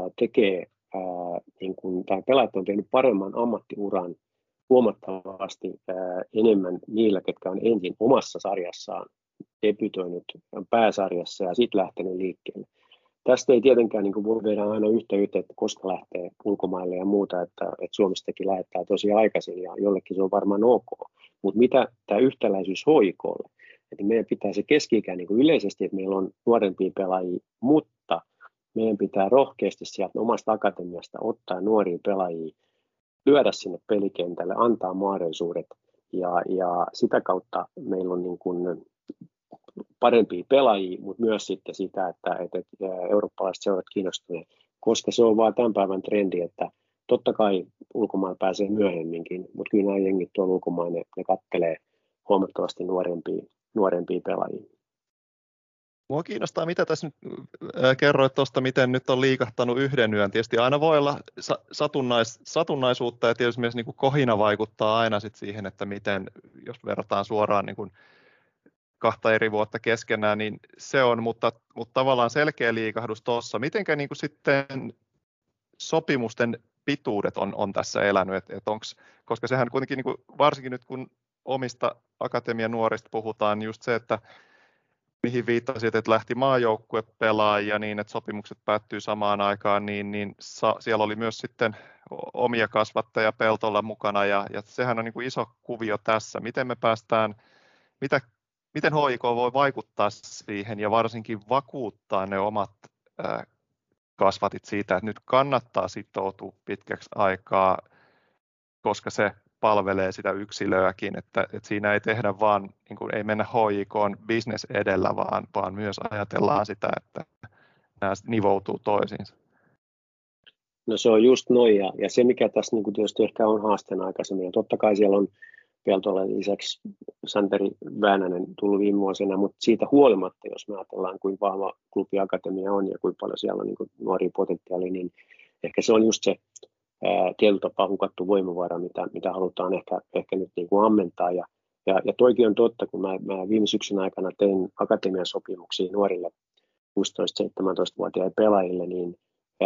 pelaajat on tehnyt paremman ammattiuran huomattavasti enemmän niillä, ketkä on ensin omassa sarjassaan debytoinut pääsarjassa ja sitten lähtenyt liikkeelle. Tästä ei tietenkään niin voi vedä aina yhtä, että koska lähtee ulkomaille ja muuta, että Suomestakin lähettää tosi aikaisin ja jollekin se on varmaan ok. Mutta mitä tämä yhtäläisyys HJK:lle? Että meidän pitää se keski-ikä niin yleisesti, että meillä on nuorempia pelaajia, mutta meidän pitää rohkeasti sieltä omasta akatemiasta ottaa nuoria pelaajia, lyödä sinne pelikentälle, antaa mahdollisuudet ja sitä kautta meillä on niin kuin parempia pelaajia, mutta myös sitten sitä, että eurooppalaiset seurat kiinnostuneet, koska se on vaan tämän päivän trendi, että totta kai ulkomailla pääsee myöhemminkin, mutta kyllä nämä jengit tuolla ulkomailla ne huomattavasti nuorempia pelaajia. Mua kiinnostaa, mitä tässä nyt kerroit tuosta, miten nyt on liikahtanut yhden yön. Tietysti aina voi olla satunnaisuutta ja tietysti myös niin kuin kohina vaikuttaa aina sit siihen, että miten, jos verrataan suoraan niin kuin kahta eri vuotta keskenään, niin se on, mutta tavallaan selkeä liikahdus tuossa. Mitenkä niin kuin sitten sopimusten pituudet on tässä elänyt, koska sehän kuitenkin, niin kuin, varsinkin nyt kun omista akatemian nuorista puhutaan, just se, että mihin viittasit, että lähti maajoukkuepelaajia niin, että sopimukset päättyy samaan aikaan, niin siellä oli myös sitten omia kasvattajia Peltolla mukana, ja sehän on niin kuin iso kuvio tässä. Miten me päästään, miten HIK voi vaikuttaa siihen ja varsinkin vakuuttaa ne omat kasvatit siitä, että nyt kannattaa sitoutua pitkäksi aikaa, koska se palvelee sitä yksilöäkin, että siinä ei tehdä vaan, niin kuin, ei mennä HJK:n business edellä, vaan myös ajatellaan sitä, että nämä nivoutuu toisiinsa. No se on just noin, ja se mikä tässä niin tietysti ehkä on haasteena aikaisemmin, ja totta kai siellä on Peltolle lisäksi Santeri Väänänen tullut viime vuosina, mutta siitä huolimatta, jos me ajatellaan kuinka vahva klubi Akatemia on ja kuinka paljon siellä on niin nuoria potentiaalia, niin ehkä se on just se tietyllä tapaa hukattu voimavara, mitä halutaan ehkä nyt niin kuin ammentaa. Ja toikin on totta, kun mä viime syksyn aikana tein akatemian sopimuksia nuorille 16-17-vuotiaille pelaajille, niin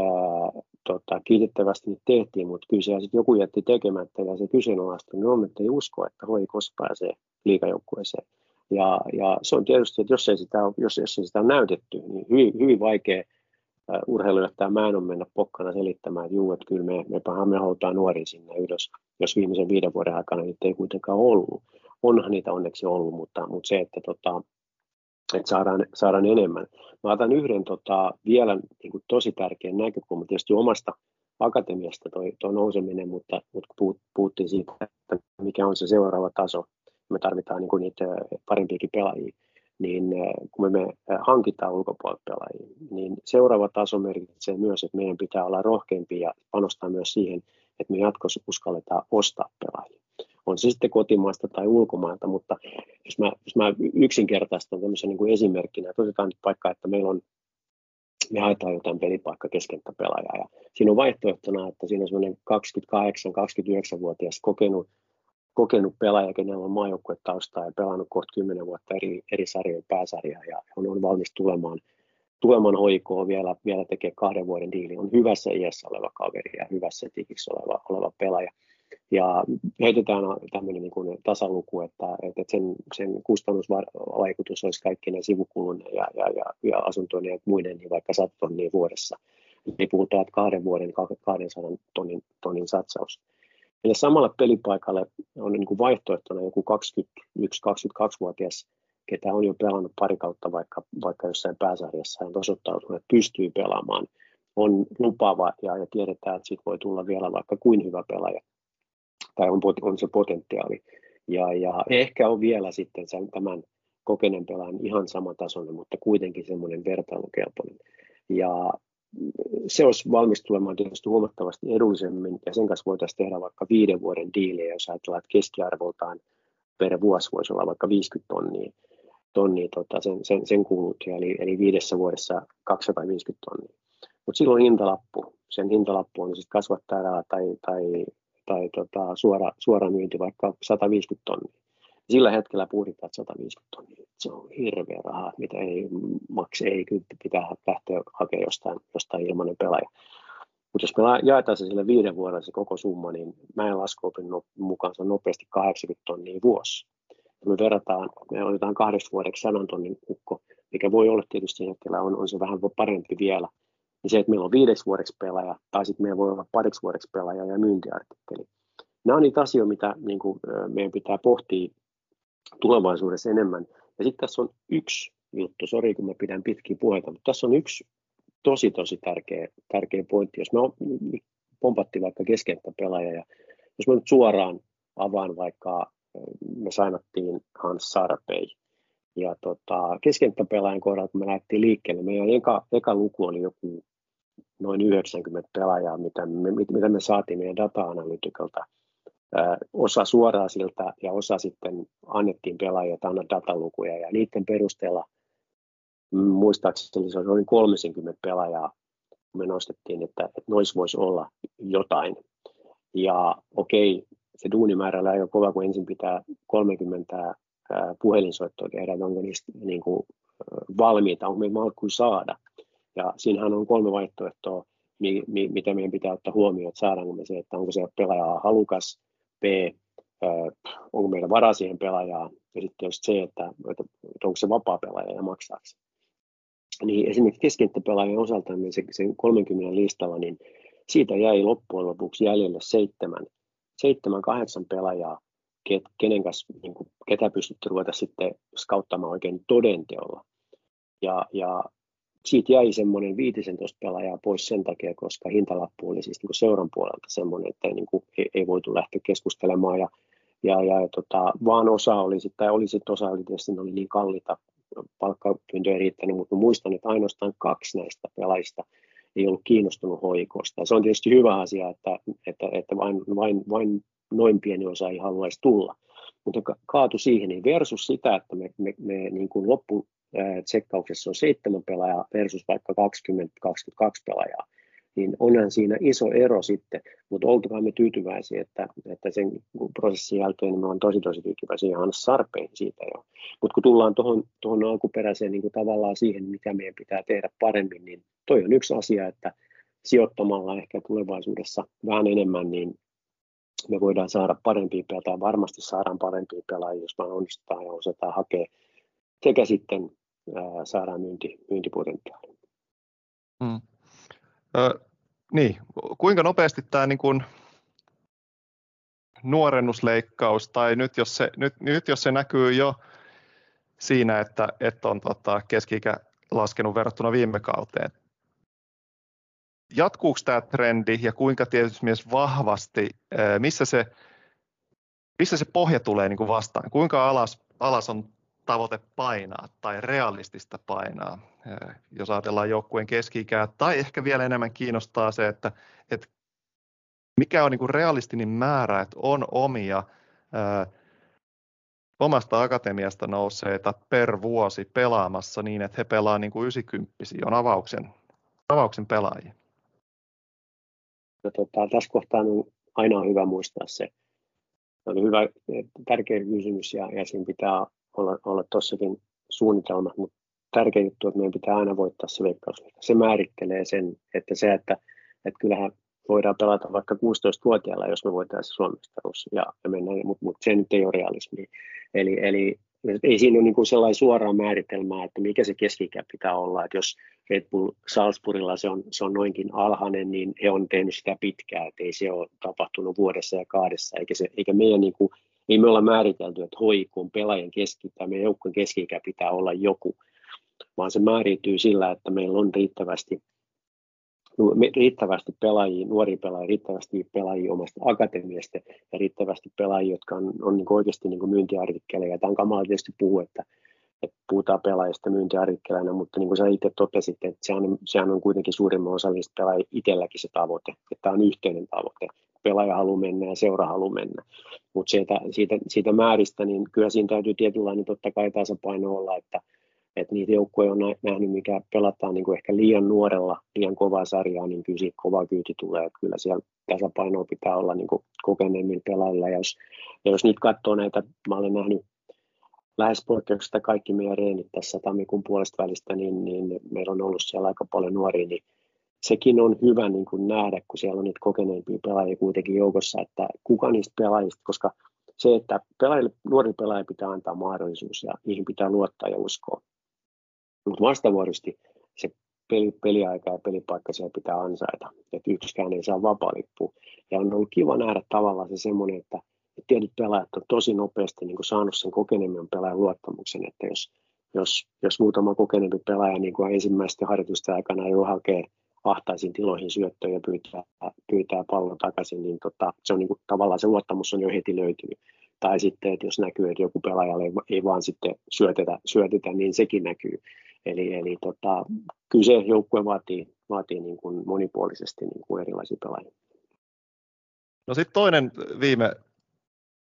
kiitettävästi niitä tehtiin, mutta kyllä siellä sitten joku jätti tekemättä ja se kyseenalaista, niin on, että ei usko, että HIK:sta pääsee liigajoukkueeseen. Ja se on tietysti, että jos ei sitä ole näytetty, niin hyvin vaikea urheilujohtaja Määnön mennä pokkana selittämään, että juu, että kyllä me halutaan nuoria sinne ylös, jos viimeisen 5 vuoden aikana niitä ei kuitenkaan ollut. Onhan niitä onneksi ollut, mutta se, että saadaan enemmän. Mä otan yhden vielä niin kuin tosi tärkeän näkökulman tietysti omasta akatemiasta tuo nouseminen, mutta puhuttiin siitä, että mikä on se seuraava taso. Me tarvitaan niin kuin niitä parempiakin pelaajia. Niin kun me hankitaan ulkopuolelta pelaajia, niin seuraava taso merkitsee myös, että meidän pitää olla rohkeampia ja panostaa myös siihen, että me jatkossa uskalletaan ostaa pelaajia. On se sitten kotimaasta tai ulkomailta, mutta jos mä yksinkertaistan tämmöisen niin kuin esimerkkinä, että otetaan nyt vaikka, että me haetaan jotain pelipaikka-keskenttäpelaajaa, ja siinä on vaihtoehtona, että siinä on semmoinen 28-29-vuotias kokenut pelaaja, kenellä on maajoukkuetaustaa ja pelannut kohta 10 vuotta eri sarjojen pääsarjaa, ja on valmis tulemaan HIK:on vielä tekee 2 vuoden diili. On hyvässä iässä oleva kaveri ja hyvässä tikiksi oleva pelaaja. Ja heitetään tämmöinen niin kuin tasaluku, että sen kustannusvaikutus olisi kaikki ne sivukulun ja asuntojen ja muiden niin vaikka 100 tonnia vuodessa. Eli puhutaan, että 2 vuoden 200 tonnin satsaus. Eli samalle pelipaikalle on niin kuin vaihtoehtona joku 21-22-vuotias, ketä on jo pelannut pari kautta vaikka jossain pääsarjassa ja osoittautunut, että pystyy pelaamaan, on lupaava ja tiedetään, että siitä voi tulla vielä vaikka kuin hyvä pelaaja tai on se potentiaali. Ja ehkä on vielä sitten tämän kokeneen pelaajan ihan samantasoinen, mutta kuitenkin semmoinen vertailukelpoinen. Ja se olisi valmis tulemaan tietysti huomattavasti edullisemmin, ja sen kanssa voitaisiin tehdä vaikka 5 vuoden diilejä, jos ajatellaan, että keskiarvoltaan per vuosi voisi olla vaikka 50 tonnia sen kulut, eli 5 vuodessa 250 tonnia. Mutta silloin hintalappu. Sen hintalappu on sitten kasvattajalla tai suora myynti vaikka 150 tonnia. Sillä hetkellä puhutaan 150 tonnia. Se on hirveä raha, mitä ei kyllä pitää lähteä hakemaan jostain ilmainen pelaaja. Mutta jos me jaetaan se sille 5 vuodelle se koko summa, niin Mäen laskuopin mukaan se on nopeasti 80 tonnia vuosi. Me otetaan 2 vuodeksi 100 tonnin ukko, mikä voi olla tietysti hetkellä on se vähän parempi vielä. Niin se, että meillä on 5 vuodeksi pelaaja, tai sitten meillä voi olla 2 vuodeksi pelaaja ja myyntiartikkeli. Nämä on niitä asioita, mitä niin kuin, meidän pitää pohtia tulevaisuudessa enemmän. Ja sitten tässä on yksi juttu, sori kun mä pidän pitkiä puheita, mutta tässä on yksi tosi tärkeä pointti. Jos me pompattiin vaikka keskenttäpelaaja, ja jos mä nyt suoraan avaan vaikka, me sainattiin Hans Sarpei, ja keskenttäpelaajan kohdalla, kun me lähdettiin liikkeelle, meidän eka luku oli joku noin 90 pelaajaa, mitä me saatiin meidän data-analytikalta osa suoraan siltä ja osa sitten annettiin pelaajia anna datalukuja ja niiden perusteella muistaakseni se oli 30 pelaajaa, me nostettiin, että noissa voisi olla jotain. Ja okei, se duunimäärä oli aika kova, kun ensin pitää 30 puhelinsoittoa tehdä, onko niistä niin kuin valmiita, onko meillä mahdollisuus saada. Ja siinähän on 3 vaihtoehtoa, mitä meidän pitää ottaa huomioon, että saadaanko me se, että onko se pelaaja halukas, B, onko meillä varaa siihen pelaajaa, ja sitten just se, että onko se vapaa pelaaja ja maksaako se. Niin esimerkiksi keskikenttäpelaajien osalta niin sen 30 listalla, niin siitä jäi loppujen lopuksi jäljelle 7-8 pelaajaa, kenen kanssa, niin kuin, ketä pystytte ruveta sitten skauttamaan oikein todenteolla. Ja siitä jäi semmoinen 15 pelaajaa pois sen takia, koska hintalappu oli siis niin kuin seuran puolelta semmoinen, että niin kuin ei voitu lähteä keskustelemaan. Vaan osa oli sitten tietysti oli niin kalliita, palkkapyyntö ei riittänyt, mutta muistan, että ainoastaan 2 näistä pelaajista ei ollut kiinnostunut hoikosta. Se on tietysti hyvä asia, että vain noin pieni osa ei haluaisi tulla. Mutta kaatu siihen niin versus sitä, että me niin kuin lopputsekkauksessa on 7 pelaajaa versus vaikka 20-22 pelaajaa, niin onhan siinä iso ero sitten, mutta oltukaamme tyytyväisiä, että sen prosessin jälkeen niin me on tosi tyytyväisiä ja Hannes Sarpeen siitä jo. Mutta kun tullaan tuohon alkuperäiseen niin kuin tavallaan siihen, mitä meidän pitää tehdä paremmin, niin toi on yksi asia, että sijoittamalla ehkä tulevaisuudessa vähän enemmän, niin me voidaan saada parempia pelaajia, varmasti saadaan parempia pelaajia, jos vaan onnistutaan ja osataan hakea, sekä sitten saadaan myyntipotentiaalia. Niin, kuinka nopeasti tämä niin kuin nuorennusleikkaus, tai nyt jos se näkyy jo siinä, että on keski-ikä laskenut verrattuna viime kauteen, jatkuuko tämä trendi ja kuinka tietysti myös vahvasti, missä se pohja tulee niin kuin vastaan, kuinka alas on tavoite painaa tai realistista painaa, jos ajatellaan joukkueen keski-ikää, tai ehkä vielä enemmän kiinnostaa se, että mikä on niin kuin realistinen määrä, että on omia omasta akatemiasta nousseita per vuosi pelaamassa niin, että he pelaa niin kuin 90-vuotiaita, on avauksen pelaajia. Tässä kohtaa aina on hyvä muistaa se. Se on hyvä, tärkeä kysymys ja siinä pitää olla tuossakin suunnitelmat, mutta tärkeä juttu, että meidän pitää aina voittaa se Veikkausliiga. Se määrittelee sen, että kyllähän voidaan pelata vaikka 16-vuotiailla, jos me voitaisiin Suomen mestaruus ja mennä, mutta se nyt ei ole realismi. Eli ei siinä ole niin kuin sellainen suoraa määritelmää, että mikä se keski-ikä pitää olla, että jos Red Bull Salzburgilla se on noinkin alhainen, niin he on tehnyt sitä pitkään, että ei se ole tapahtunut vuodessa ja kahdessa, eikä meidän niin kuin, ei me olla määritelty, että kun pelaajan tai meidän joukkueen keski-ikä pitää olla joku, vaan se määrityy sillä, että meillä on riittävästi pelaajia, nuoria pelaajia, riittävästi pelaajia omasta akatemiasta ja riittävästi pelaajia, jotka on niin oikeasti niin myyntiartikkeleja. Tämä on kamala tietysti puhua, että puhutaan pelaajista myyntiartikkeleina, mutta niin kuin sä itse totesit, että sehän on kuitenkin suurimman osa niistä pelaajia itselläkin se tavoite, että tämä on yhteinen tavoite. Pelaaja haluaa mennä ja seura haluaa mennä. Mutta siitä määristä, niin kyllä siinä täytyy tietynlainen totta kai tasapaino olla, että niitä joukkoja on nähnyt, mikä pelataan niin kuin ehkä liian nuorella, liian kovaa sarjaa, niin kyllä siitä kova kyyti tulee. Että kyllä siellä tasapainoa pitää olla niin kuin kokeneemmilla pelaajilla. Ja jos niitä katsoo näitä, mä olen nähnyt lähes poikkeuksesta kaikki meidän reenit tässä tammikuun puolesta välistä, niin meillä on ollut siellä aika paljon nuoria, niin sekin on hyvä niin kuin nähdä, kun siellä on niitä kokeneempia pelaajia kuitenkin joukossa, että kuka niistä pelaajista, koska se, että nuorille pelaajille pitää antaa mahdollisuus ja niihin pitää luottaa ja uskoa. Mutta vastavuoroisesti se peliaika ja pelipaikka siellä pitää ansaita, että yksikään ei saa vapaa-lippua. Ja on ollut kiva nähdä tavallaan se semmoinen, että tietyt pelaajat on tosi nopeasti niin kuin saanut sen kokeneemman pelaajan luottamuksen, että jos muutama kokeneempi pelaaja niin kuin ensimmäisten harjoitusten aikana jo hakee ahtaisiin tiloihin syöttöön ja pyytää pallon takaisin, niin se on niin kuin, tavallaan se luottamus on jo heti löytynyt. Tai sitten, että jos näkyy, että joku pelaajalle ei vaan sitten syötetä, niin sekin näkyy. Eli kyllä se joukkue vaatii niin kuin monipuolisesti niin kuin erilaisia pelaajia. No sitten toinen viime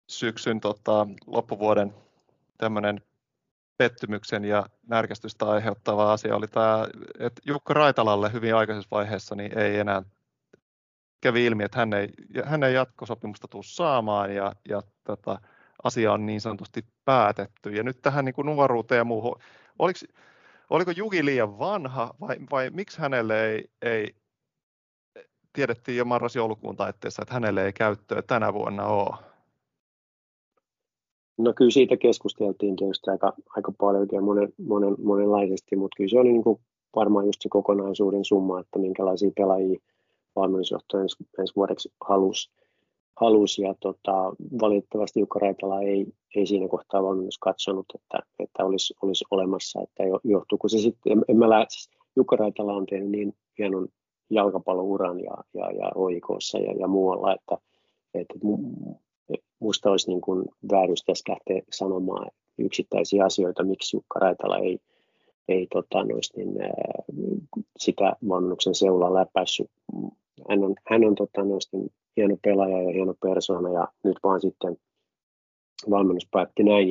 syksyn loppuvuoden tämmöinen pettymyksen ja närkästystä aiheuttava asia oli tämä, että Jukka Raitalalle hyvin aikaisessa vaiheessa niin ei enää kävi ilmi, että hän ei jatkosopimusta tule saamaan ja asia on niin sanotusti päätetty. Ja nyt tähän niin kuin nuoruuteen ja muuhun, oliko Juki liian vanha vai miksi hänelle ei tiedettiin jo marras-joulukuun taitteessa, että hänelle ei käyttöä tänä vuonna ole? No kyllä siitä keskusteltiin tietysti aika paljon ja monenlaisesti, mutta kyllä se oli niin kuin varmaan just se kokonaisuuden summa, että minkälaisia pelaajia valmennusjohto ensi vuodeksi halusi ja valitettavasti Jukka Raitala ei siinä kohtaa valmennus katsonut, että olisi olemassa, että johtuuko se sitten, Jukka Raitala on tehnyt niin hienon jalkapallouran ja HJK:ssa ja muualla, että musta olisi niin kuin väärys tässä lähteä sanomaan yksittäisiä asioita, miksi Jukka Raitala ei sitä valmennuksen seulaa läpäissyt. Hän on hieno pelaaja ja hieno persoona ja nyt vaan sitten valmennus päätti näin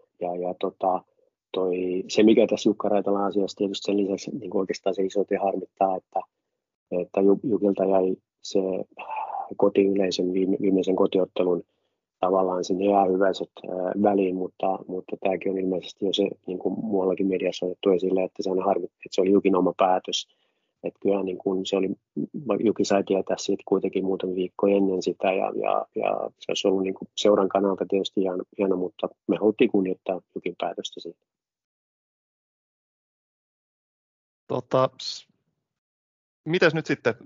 se mikä tässä Jukka Raitalan asiassa tietysti sen lisäksi niin oikeastaan se iso harmittaa, että Jukilta jäi se kotiyleisön viimeisen kotiottelun tavallaan sinne jäähyväiset väliin, mutta tämäkin on ilmeisesti jo se, niin kuin muuallakin mediassa on otettu esille, että se on harmittaa, että se oli Jukin oma päätös. Että kyllä niin kuin se oli, Juki sai tietää siitä kuitenkin muutama viikko ennen sitä ja se olisi ollut niin kuin seuran kannalta tietysti hieno, mutta me haluttiin kunnioittaa Jukin päätöstä siitä. Mitäs nyt sitten?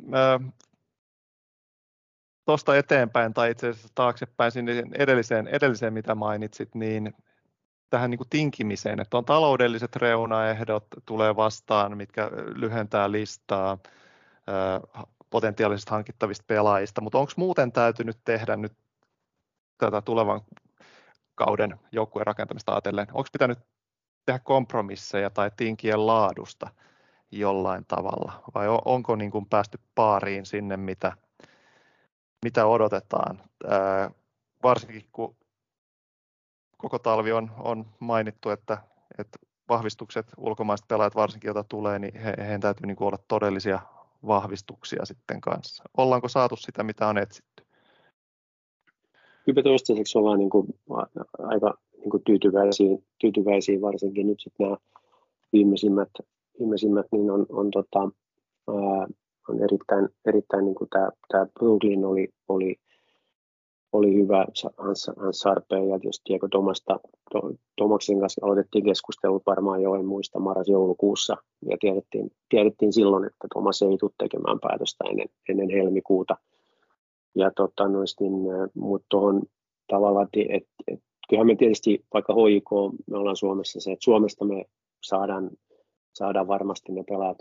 Tuosta eteenpäin tai itse asiassa taaksepäin sinne edelliseen mitä mainitsit, niin tähän niin kuin tinkimiseen, että on taloudelliset reunaehdot tulee vastaan, mitkä lyhentää listaa potentiaalisesti hankittavista pelaajista, mutta onko muuten täytynyt tehdä nyt tätä tulevan kauden joukkueen rakentamista ajatellen, onko pitänyt tehdä kompromisseja tai tinkien laadusta jollain tavalla, vai onko niin kuin päästy paariin sinne, mitä odotetaan, varsinkin kun koko talvi on mainittu, että vahvistukset, ulkomaiset pelaajat varsinkin, joita tulee, niin heidän täytyy niin kuin olla todellisia vahvistuksia sitten kanssa. Ollaanko saatu sitä, mitä on etsitty? Kyllä toistaiseksi ollaan niin kuin aika niin kuin tyytyväisiä, varsinkin nyt sitten nämä viimeisimmät niin on erittäin niin kuin tämä Brooklyn oli hyvä, Hans Sarpe ja tietysti Diego Tomaksen kanssa aloitettiin keskustelut varmaan jo, en muista, marras-joulukuussa ja tiedettiin silloin, että Tomas ei tule tekemään päätöstä ennen helmikuuta. Ja mutta tuohon tavallaan, että kyllähän me tietysti, vaikka HJK, me ollaan Suomessa se, että Suomesta me saadaan varmasti ne pelaajat,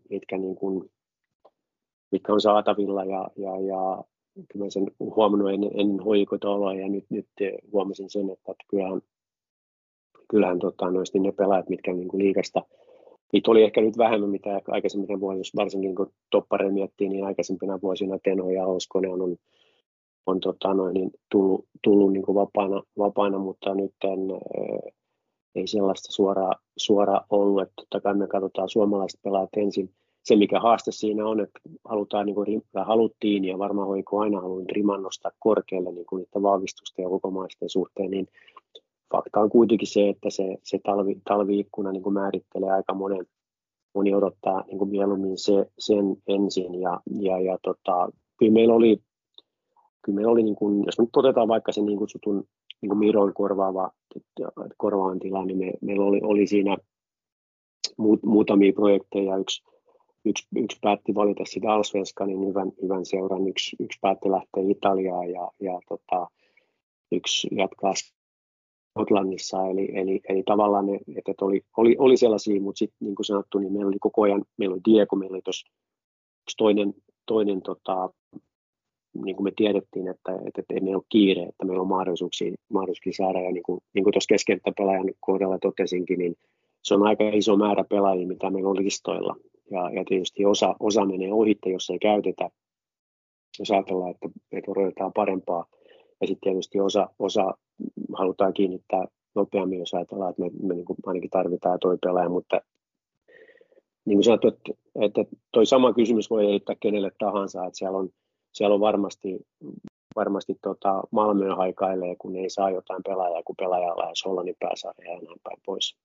mitkä on saatavilla ja kyllä sen huomannut ennen HJK-oloa ja nyt huomasin sen, että kyllähän ne pelaajat, mitkä niin kuin liigasta, niitä oli ehkä nyt vähemmän, mitä aikaisempina vuosina, jos varsinkin kun toppareja miettii, niin aikaisempina vuosina Teno ja Oskonen on tullut niin kuin vapaana, mutta nyt ei sellaista suoraan ollut, että totta kai me katsotaan suomalaiset pelaajat ensin. Se, mikä haaste siinä on, että haluttiin ja varmaan HJK aina halunnut riman nostaa korkealle niin kuin niiden vahvistusten ja ulkomaisten suhteen, niin fakta on kuitenkin se, että se talvi-ikkuna niin kuin määrittelee aika moni odottaa niin kuin mieluummin sen ensin ja kyllä meillä oli niin kuin, jos nyt otetaan vaikka sen niin kutsutun niin kuin Miron korvaavan tila, niin meillä oli siinä muutamia projekteja. Yksi päätti valita sitä Allsvenskanin hyvän seuran, yksi päätti lähteä Italiaan ja yksi jatkaa Skotlannissa. Eli tavallaan että oli sellaisia, mutta sitten niin kuin sanottu, niin meillä oli koko ajan, meillä oli Diego, meillä oli tuossa yksi toinen niin kuin me tiedettiin, että ei meillä ole kiire, että meillä on mahdollisuuksia saada. Ja niin kuin tuossa keskenttäpelaajan kohdalla totesinkin, niin se on aika iso määrä pelaajia, mitä meillä on listoilla. Ja tietysti osa menee ohitte, jos ei käytetä. Jos ajatellaan, että odotetaan parempaa sitten tietysti osa halutaan kiinnittää nopeammin, jos ajatellaan, että me niin kuin ainakin tarvitaan toi pelaaja, mutta niin kuin sanottu, että toi sama kysymys voi heittää kenelle tahansa, että siellä on varmasti Malmö haikailee, kun ei saa jotain pelaajaa, kun pelaaja lähes Hollannin pääsarjaa ja näin päin pois.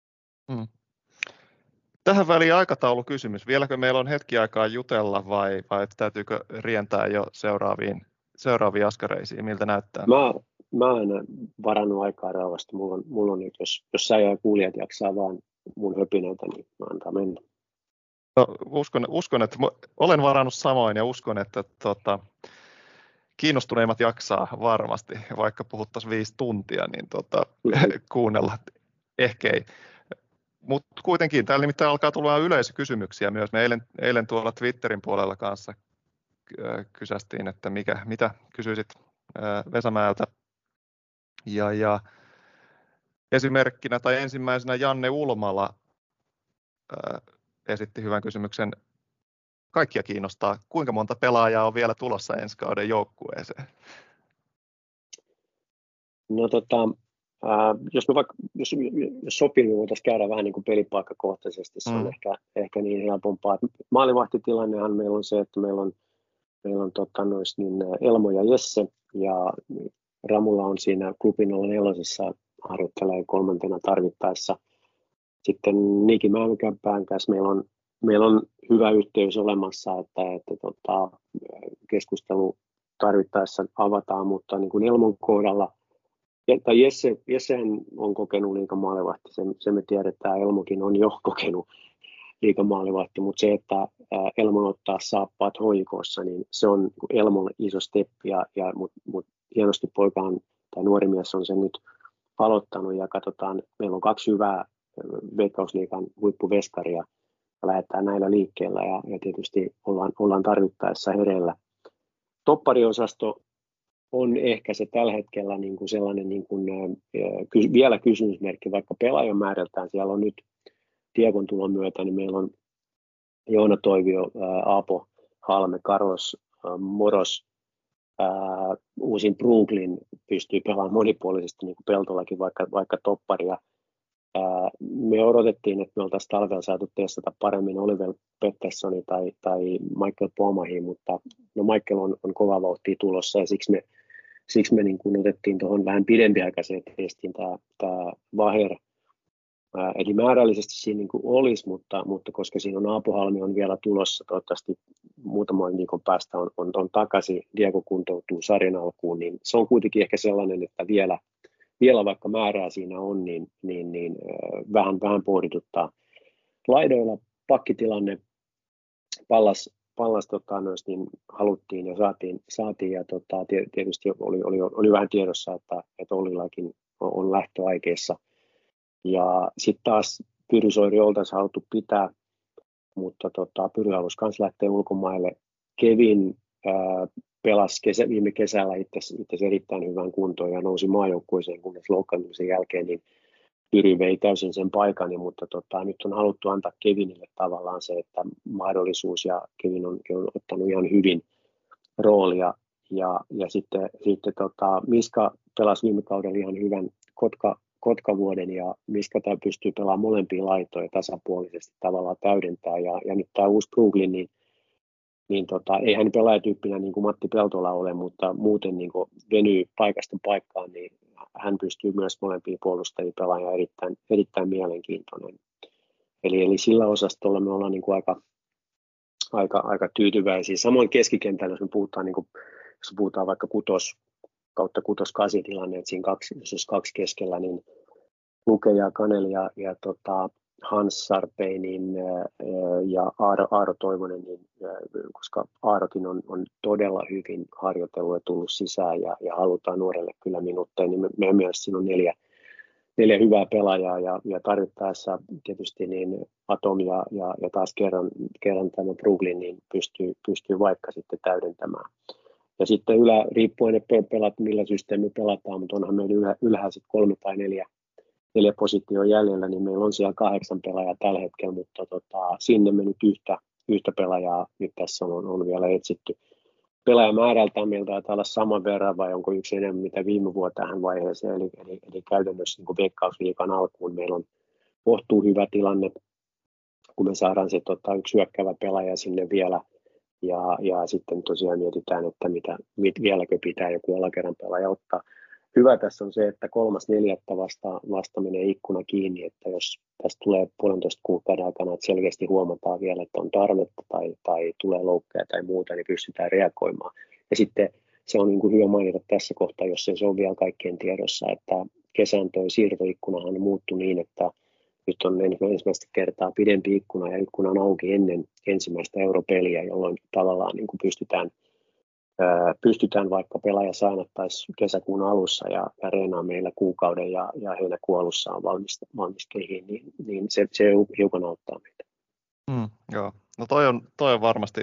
Tähän väliin aikataulukysymys. Vieläkö meillä on hetki aikaa jutella vai täytyykö rientää jo seuraaviin askareisiin? Miltä näyttää? Mä en varannut aikaa rauhasti. Mulla on nyt, jos sä ja kuulijat jaksaa vaan mun höpinöitä, niin mä antaa mennä. No, uskon, että olen varannut samoin ja uskon, että kiinnostuneimmat jaksaa varmasti, vaikka puhuttaisiin 5 tuntia, niin kuunnella ehkä ei. Mutta kuitenkin, täällä nimittäin alkaa tulla yleisökysymyksiä myös. Me eilen tuolla Twitterin puolella kanssa kysästiin, että mitä kysyisit Vesamäeltä. Ja esimerkkinä tai ensimmäisenä Janne Ulmala esitti hyvän kysymyksen. Kaikkia kiinnostaa, kuinka monta pelaajaa on vielä tulossa ensi kauden joukkueeseen? No jos sopii, niin voitaisiin käydä vähän niin kuin pelipaikkakohtaisesti. Se on ehkä niin helpompaa. Maalivahtitilannehan meillä on se, että meillä on Elmo ja Jesse, ja Ramula on siinä klubin 04 harjoittelee 3. tarvittaessa. Sitten Niki Mäykämpään kanssa meillä on hyvä yhteys olemassa, että keskustelu tarvittaessa avataan, mutta niin kuin Elmon kohdalla, tai Jessehän on kokenut liigamaalivahti, se me tiedetään, Elmokin on jo kokenut liigamaalivahti, mutta se, että Elmon ottaa saappaat hoikossa, niin se on Elmolle iso steppi, mutta hienosti poikaan, tai nuori mies on sen nyt aloittanut, ja katsotaan, meillä on 2 hyvää Veikkausliigan huippuveskaria, ja lähdetään näillä liikkeellä, ja tietysti ollaan tarvittaessa hereillä. Toppariosasto on ehkä se tällä hetkellä niin kuin sellainen niin kuin, vielä kysymysmerkki, vaikka pelaajan määrältään siellä on nyt Diekon tulon myötä, niin meillä on Joona Toivio, Aapo, Halme, Karos, Moros, uusin Brooklyn pystyy pelaamaan monipuolisesti niin kuin Peltolakin vaikka topparia. Me odotettiin, että me oltaisiin talvella saatu testata paremmin Oliver Petterssoni tai Michael Pomahi, mutta no Michael on kova vauhtia tulossa, ja siksi me niin kuin otettiin tuohon vähän pidempiaikaiseen testiin tämä Vaher. Eli määrällisesti siinä niin kuin olisi, mutta koska siinä on Aapo-Halmi on vielä tulossa, toivottavasti muutaman viikon päästä on takaisin, Diego kuntoutuu sarjan alkuun, niin se on kuitenkin ehkä sellainen, että vielä vaikka määrää siinä on, niin vähän pohdituttaa. Laidoilla pakkitilanne Pallas niin haluttiin ja saatiin ja tietysti oli vähän tiedossa, että Ollillakin on lähtöaikeissa. Ja sitten taas Pyry-Soiri oltaisiin haluttu pitää, mutta Pyry halusi myös lähteä ulkomaille. Kevin pelasi viime kesällä itse erittäin hyvän kuntoon ja nousi maajoukkueeseen, kunnes loukkaantumisen jälkeen, niin Pyry vei täysin sen paikan, mutta nyt on haluttu antaa Kevinille tavallaan se, että mahdollisuus, ja Kevin on ottanut ihan hyvin roolia, ja sitten Miska pelasi viime kaudella ihan hyvän Kotka-vuoden, ja Miska pystyy pelaamaan molempia laitoja tasapuolisesti tavallaan täydentää, ja nyt tämä uusi Brooklyn, niin ei hän pelaajatyyppinä niin kuin Matti Peltola ole, mutta muuten niin kuin venyy paikasta paikkaan, niin hän pystyy myös molempia puolustajia pelaamaan, erittäin mielenkiintoinen. Eli sillä osastolla me ollaan niin kuin aika tyytyväisiä. Samoin keskikentällä, jos me puhutaan, niin kuin, jos puhutaan vaikka 6/8 tilanne, että siinä jos olisi 2 keskellä, niin Luke ja Kaneli ja Hans Sarpeinin ja Aaro Toivonen, niin, koska Aarokin on todella hyvin harjoitellut ja tullut sisään ja halutaan nuorelle kyllä minuutteja, niin meidän mielestä siinä on 4 hyvää pelaajaa ja tarvittaessa tietysti niin Atom ja taas kerran tämä Brooklyn niin pystyy vaikka sitten täydentämään. Ja sitten riippuen millä systeemi pelataan, mutta onhan meillä ylhäällä 3 tai 4 positioon jäljellä, niin meillä on siellä 8 pelaajaa tällä hetkellä, mutta sinne me nyt yhtä pelaajaa nyt tässä on vielä etsitty. pelaajamäärältään meillä taitaa olla saman verran vai onko yksi enemmän mitä viime vuonna tähän vaiheeseen. Eli käytännössä niin Veikkausliigan alkuun meillä on kohtuu hyvä tilanne, kun me saadaan se yksi hyökkäävä pelaaja sinne vielä. Ja sitten tosiaan mietitään, että vieläkö pitää joku alakerran pelaaja ottaa. Hyvä tässä on se, että 3.4. vasta menee ikkuna kiinni, että jos tästä tulee 1,5 kuukauden aikana, että selkeästi huomataan vielä, että on tarvetta tai tulee loukkeja tai muuta, niin pystytään reagoimaan. Ja sitten se on niin kuin hyvä mainita tässä kohtaa, jos se on vielä kaikkien tiedossa, että kesän toi siirtoikkunahan muuttui niin, että nyt on ensimmäistä kertaa pidempi ikkuna ja ikkuna on auki ennen ensimmäistä europeliä, jolloin tavallaan niin kuin pystytään vaikka pelaaja sainattaisiin kesäkuun alussa ja reenaa meillä kuukauden ja heinäkuun alussa on valmis kehiin, niin se hiukan auttaa meitä. Joo. No toi on varmasti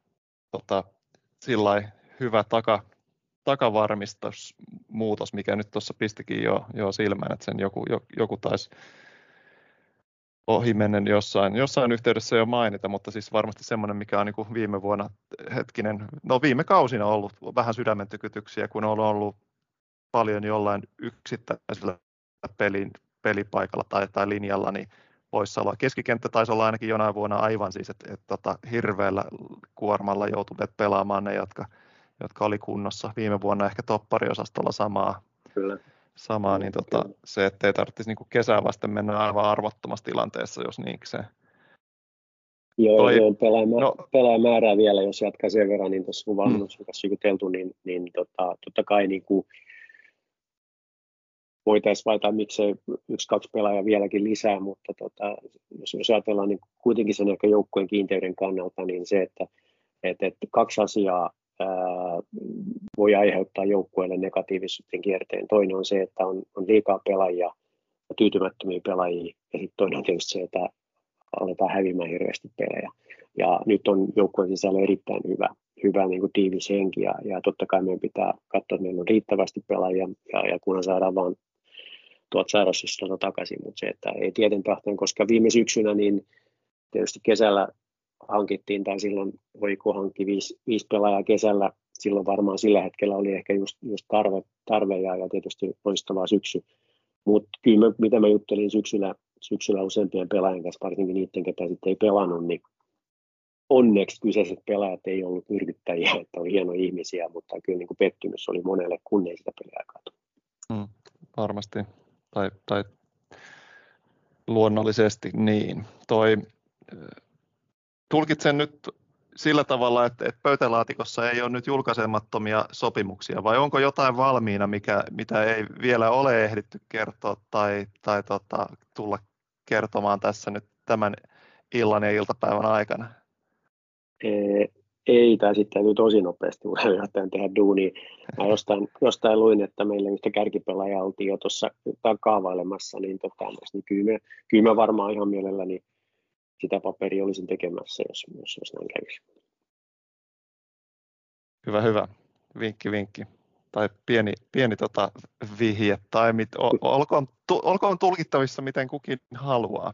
sillai hyvä takavarmistusmuutos, mikä nyt tuossa pistikin jo silmään, että sen joku taisi ohimennen jossain yhteydessä jo mainita, mutta siis varmasti semmoinen, mikä on niin kuin viime vuonna viime kausina ollut vähän sydämentykytyksiä, kun on ollut paljon jollain yksittäisellä pelipaikalla tai linjalla, niin poissaoloa. Keskikenttä taisi olla ainakin jonain vuonna aivan siis, että hirveällä kuormalla joutuneet pelaamaan ne, jotka oli kunnossa. Viime vuonna ehkä toppariosastolla samaa. Kyllä. Niin se, ettei tarvitsisi niin kesää vasten mennä aivan arvottomassa tilanteessa, jos niinkseen. Joo, pelaajamäärää vielä, jos jatkaa sen verran, niin tuossa kun valmennuksen kanssa juteltu, niin totta kai niin kuin voitaisiin vaihtaa miksei 1-2 pelaajaa vieläkin lisää, mutta jos ajatellaan niin kuitenkin sen ehkä joukkueen kiinteyden kannalta, niin se, että 2 asiaa voi aiheuttaa joukkueelle negatiivisuuden kierteen. Toinen on se, että on liikaa pelaajia ja tyytymättömiä pelaajia, ja sitten toinen on tietysti se, että aletaan häviämään hirveästi pelejä. Ja nyt on joukkueen sisällä erittäin hyvä niin kuin tiivis henki, ja totta kai meidän pitää katsoa, että meillä on riittävästi pelaajia, ja kunhan saadaan vaan tuolta sairaussystöltä takaisin, mutta se, että ei tieten tahtoen, koska viime syksynä niin tietysti kesällä hankittiin, tai silloin voiko hankki 5 pelaajaa kesällä, silloin varmaan sillä hetkellä oli ehkä just tarve ja tietysti loistavaa syksy. Mutta kyllä mitä mä juttelin syksyllä useampien pelaajien kanssa, varsinkin niiden, ketä sitten ei pelannut, niin onneksi kyseiset pelaajat ei ollut myrkyttäjiä, että on hienoja ihmisiä, mutta kyllä niin kuin pettymys oli monelle, kun ei sitä peliaikaa tule. Varmasti, tai luonnollisesti niin. Tulkitsen nyt sillä tavalla, että pöytälaatikossa ei ole nyt julkaisemattomia sopimuksia, vai onko jotain valmiina, mitä ei vielä ole ehditty kertoa tai tulla kertomaan tässä nyt tämän illan ja iltapäivän aikana? Ei, tai sitten täytyy tosi nopeasti urheilijoiden tehdä duunia. Mä jostain luin, että meillä yhtä kärkipelaajaa oltiin jo tuossa kaavailemassa, niin kyllä mä varmaan ihan mielelläni sitä paperia olisin tekemässä, jos näin kävisi. Hyvä. Vinkki. Tai pieni vihje, tai olkoon tulkittavissa, miten kukin haluaa.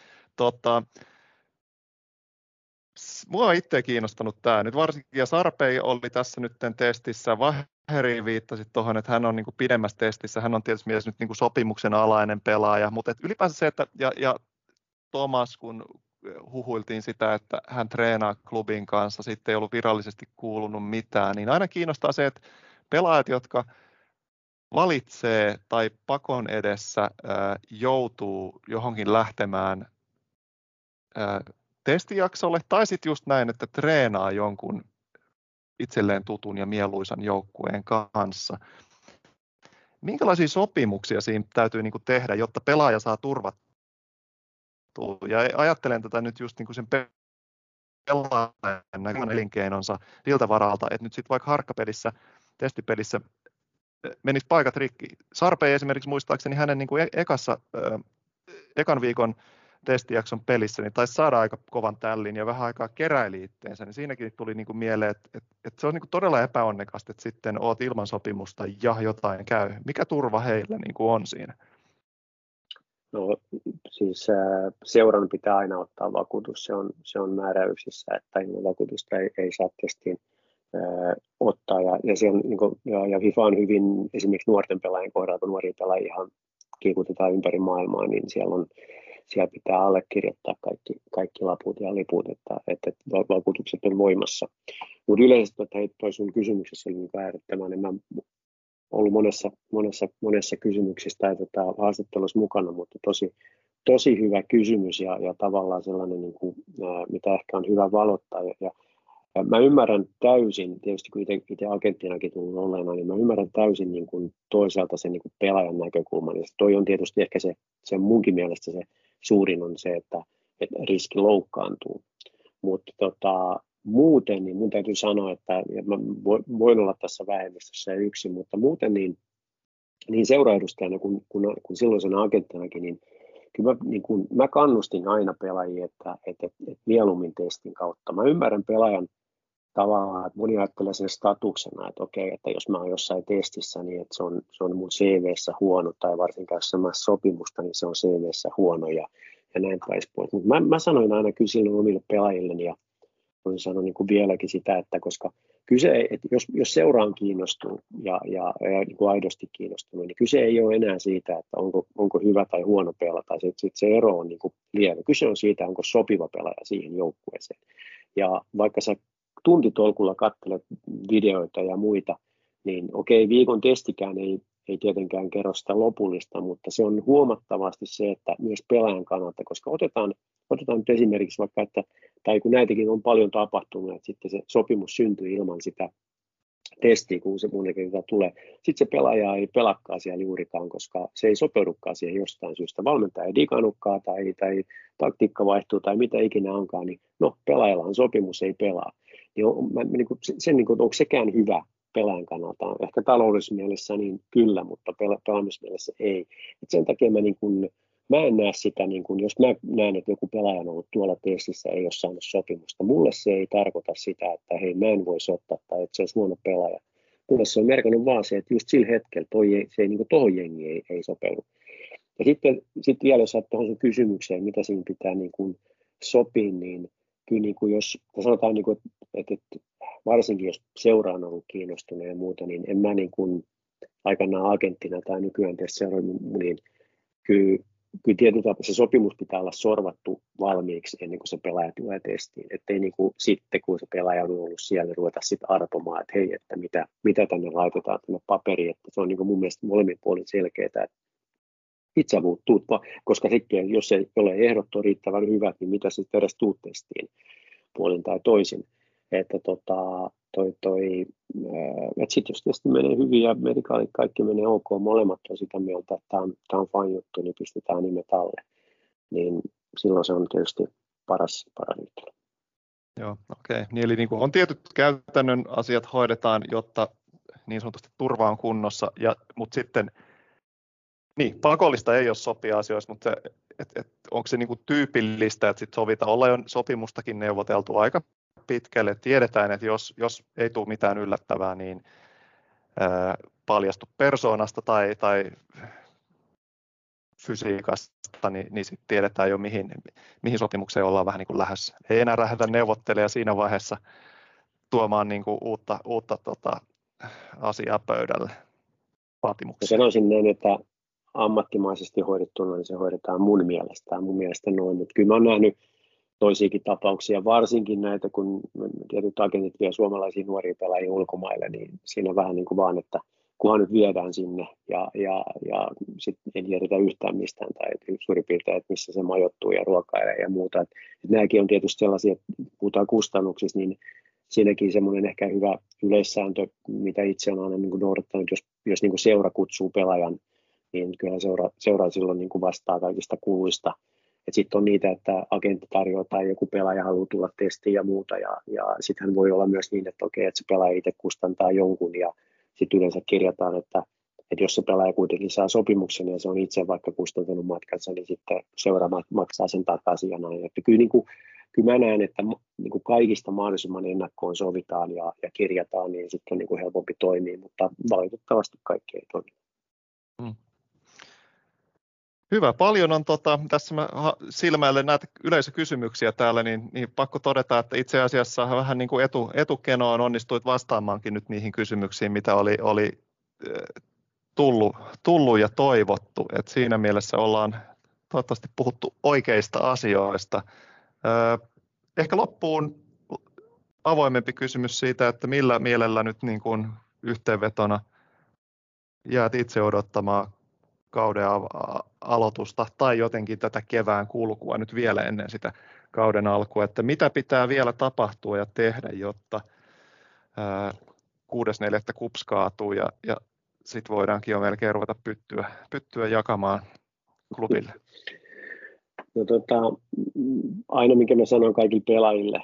Mua on itse kiinnostanut tämä nyt varsinkin, ja Sarpei oli tässä nyt testissä. Vaheriin viittasit tuohon, että hän on niin kuin pidemmässä testissä, hän on tietysti myös nyt niin kuin sopimuksen alainen pelaaja, mutta ylipäänsä se, että ja Thomas, kun huhuiltiin sitä, että hän treenaa klubin kanssa, sitten ei ollut virallisesti kuulunut mitään, niin aina kiinnostaa se, että pelaajat, jotka valitsee tai pakon edessä joutuu johonkin lähtemään testijaksolle, tai sitten just näin, että treenaa jonkun itselleen tutun ja mieluisan joukkueen kanssa. Minkälaisia sopimuksia siinä täytyy niin kuin tehdä, jotta pelaaja saa turvattua? Ja ajattelen tätä nyt just niin kuin sen pelaajan elinkeinonsa siltä varalta, että nyt sitten vaikka harkkapelissä, testipelissä menisi paikat rikki. Sarpe esimerkiksi muistaakseni hänen niin kuin ekan viikon testijakson pelissä, niin taisi saada aika kovan tällin ja vähän aikaa keräili itteensä, niin siinäkin tuli niin kuin mieleen, että se on niin kuin todella epäonnekasta, että sitten oot ilman sopimusta ja jotain käy. Mikä turva heillä niin kuin on siinä? No siis seuran pitää aina ottaa vakuutus, se on määräyksissä, että ilman vakuutusta ei saa ottaa. Ja, se on, niin kuin, ja FIFA on hyvin esimerkiksi nuorten pelaajien kohdalla, kun nuoria pelaajia ihan kiikutetaan ympäri maailmaa, niin siellä pitää allekirjoittaa kaikki laput ja liput, että vakuutukset on voimassa. Mutta yleisesti, että toi sun kysymyksessä oli niin äärettömän, mä ollut monessa kysymyksissä tai haastattelussa mukana, mutta tosi hyvä kysymys ja tavallaan sellainen, niin kuin, mitä ehkä on hyvä valottaa. Ja mä ymmärrän täysin, tietysti kun itse agenttinakin tullut olleena, niin mä ymmärrän täysin niin kuin toisaalta sen niin kuin pelaajan näkökulman. Ja toi on tietysti ehkä se munkin mielestä se suurin on se, että riski loukkaantuu. Mutta muuten, niin mun täytyy sanoa, että mä voin olla tässä vähemmistössä yksin, mutta muuten niin seuraedustajana kun silloisena agenttinakin, niin kyllä mä kannustin aina pelaajia, että mieluummin testin kautta. Mä ymmärrän pelaajan tavallaan, että moni ajattelee sen statuksena, että okei, että jos mä oon jossain testissä, niin että se on mun CV:ssä huono, tai varsinkaan jos mä sopimusta, niin se on CV:ssä huono ja näin päin. Mutta mä sanoin aina kyllä silloin omille pelaajilleni, ja voin sanoa niin kuin vieläkin sitä, että koska kyse, että jos seura on kiinnostunut ja niin kuin aidosti kiinnostunut, niin kyse ei ole enää siitä, että onko hyvä tai huono pelaaja, tai se ero on niin kuin lievä. Kyse on siitä, onko sopiva pelaaja siihen joukkueeseen. Ja vaikka sä tuntitolkulla katselet videoita ja muita, niin okei, viikon testikään ei tietenkään kerro sitä lopullista, mutta se on huomattavasti se, että myös pelaajan kannalta, koska otetaan nyt esimerkiksi vaikka, tai kun näitäkin on paljon tapahtunut, että sitten se sopimus syntyy ilman sitä testiä, kun se muutenkin tulee. Sitten se pelaaja ei pelakkaa siellä juurikaan, koska se ei sopeudukaan siihen jostain syystä. Valmentaja ei digannutkaan tai taktiikka vaihtuu tai mitä ikinä onkaan, niin no pelaajalla on sopimus, ei pelaa. Niin onko sekään hyvä pelaajan kannalta? Ehkä taloudellisessa mielessä niin kyllä, mutta pelaamismielessä ei. Et sen takia mä en näe sitä, niin kuin, jos mä näen, että joku pelaaja on ollut tuolla testissä ei ole saanut sopimusta. Mulle se ei tarkoita sitä, että hei, mä en voisi ottaa tai että se olisi huono pelaaja. Mulle se on merkannut vaan se, että just sillä hetkellä se ei, niin tohon jengiin ei sopeudu. Ja sitten vielä, jos saat tuohon sun kysymykseen, mitä siinä pitää niin kuin sopia, niin kyllä niin kuin jos sanotaan, niin kuin, että varsinkin jos seura on ollut kiinnostunut ja muuta, niin en mä niin kuin aikanaan agenttina tai nykyään tässä seurannut, niin kyllä tietyllä tapaa se sopimus pitää olla sorvattu valmiiksi ennen kuin se pelaaja tulee testiin. Ettei niin kuin sitten, kun se pelaaja on ollut siellä, ruveta sitten arpomaan, että hei, että mitä tänne laitetaan tänne paperiin. Että se on niin kuin mun mielestä molemmin puolin selkeää, että itse tuut, koska sitten jos ei ole ehdot on riittävän hyvät, niin mitä sitten edes tuut testiin puolin tai toisin. Että sitten jos testi menee hyvin ja medikaalit kaikki menee ok, molemmat on sitä mieltä, että tämä on fine juttu, niin pistetään nimet alle. Niin silloin se on tietysti paras yhtälö. Joo, okei. Niin, eli niin kuin on tietyt käytännön asiat hoidetaan, jotta niin sanotusti turva on kunnossa, mutta sitten niin, pakollista ei ole sopia asioissa, mutta onko se niin kuin tyypillistä, että sit ollaan jo sopimustakin neuvoteltu aika pitkälle. Tiedetään, että jos ei tule mitään yllättävää, niin paljastu persoonasta tai fysiikasta, niin sitten tiedetään jo, mihin sopimukseen ollaan vähän niin kuin lähdössä. Ei enää lähdetä neuvottelemaan siinä vaiheessa tuomaan niin kuin uutta asiaa pöydälle, vaatimuksia. Sanoisin näin, että ammattimaisesti hoidettuna niin se hoidetaan mun mielestä noin, mutta kyllä mä oon nähnyt toisiakin tapauksia, varsinkin näitä, kun tietyt agentit vie suomalaisia nuoria pelaajia ulkomaille, niin siinä vähän niin kuin vaan, että kunhan nyt viedään sinne ja sitten ei tiedetä yhtään mistään tai suurin piirtein, että missä se majoittuu ja ruokailee ja muuta. Että nämäkin on tietysti sellaisia, että puhutaan kustannuksista, niin siinäkin semmoinen ehkä hyvä yleissääntö, mitä itse olen aina niin kuin noudattanut, jos niin kuin seura kutsuu pelaajan, niin kyllä seura silloin niin kuin vastaa kaikista kuluista. Sitten on niitä, että agentti tarjoaa tai joku pelaaja haluaa tulla testiin ja muuta, ja sittenhän voi olla myös niin, että okei, että se pelaaja itse kustantaa jonkun, ja sitten yleensä kirjataan, että jos se pelaaja kuitenkin saa sopimuksen ja se on itse vaikka kustantanut matkansa, niin sitten seura maksaa sen takaisin ja näin. Että kyllä mä näen, että niin kuin kaikista mahdollisimman ennakkoon sovitaan ja kirjataan, niin sitten on niin kuin helpompi toimia, mutta valitettavasti kaikki ei toimi. Hyvä. Paljon on tässä mä silmäilen näitä yleisökysymyksiä täällä, niin pakko todeta, että itse asiassa vähän niin kuin etukenoon onnistuit vastaamaankin nyt niihin kysymyksiin, mitä oli tullut ja toivottu. Et siinä mielessä ollaan toivottavasti puhuttu oikeista asioista. Ehkä loppuun avoimempi kysymys siitä, että millä mielellä nyt niin kuin yhteenvetona jäät itse odottamaan kauden aloitusta tai jotenkin tätä kevään kulkua nyt vielä ennen sitä kauden alkua, että mitä pitää vielä tapahtua ja tehdä, jotta 6.4. KuPS kaatuu ja sitten voidaankin jo melkein ruveta pyttyä jakamaan klubille. No, aina mikä mä sanon kaikille pelaajille,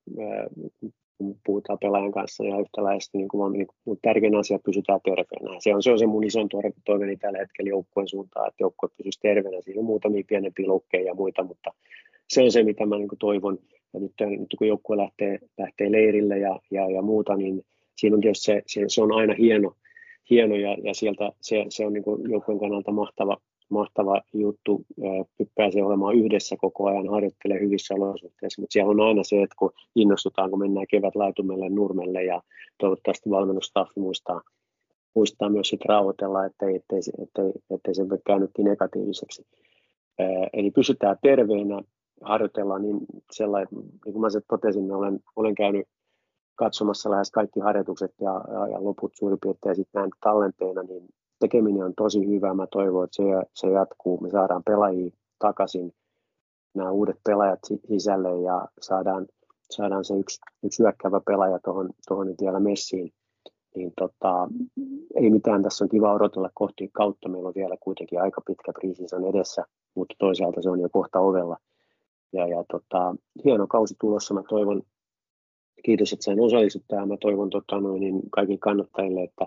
kun puhutaan pelaajan kanssa ja yhtäläisesti, niin tärkein asia pysytään terveenä. Se on se mun ison toiveeni tällä hetkellä joukkueen suuntaan, että joukkue pysyisi terveenä. Siinä on muutamia pienempiä loukkeja ja muita, mutta se on se, mitä mä niin toivon. Ja nyt kun joukkue lähtee leirille ja muuta, niin siinä on tietysti se on aina hieno ja sieltä se on niin joukkueen kannalta mahtava juttu, pääsee olemaan yhdessä koko ajan, harjoittelee hyvissä olosuhteissa, mutta siellä on aina se, että kun innostutaan, kun mennään kevätlaitumelle Nurmelle ja toivottavasti valmennustaffi muistaa myös sit rauhoitella, ettei se käännytkin negatiiviseksi. Eli pysytään terveenä, harjoitellaan niin sellainen, niin kuin mä totesin, olen käynyt katsomassa lähes kaikki harjoitukset ja loput suurin piirtein sitten näin tallenteena, niin tekeminen on tosi hyvä. Mä toivon, että se jatkuu. Me saadaan pelaajia takaisin, nämä uudet pelaajat sisälle ja saadaan se yksi hyökkäävä pelaaja tuohon nyt vielä messiin. Niin ei mitään, tässä on kiva odotella kohti kautta. Meillä on vielä kuitenkin aika pitkä pre-season edessä, mutta toisaalta se on jo kohta ovella. Ja hieno kausi tulossa. Mä toivon, kiitos, että sain osallistua tähän. Mä toivon niin kaikille kannattajille, että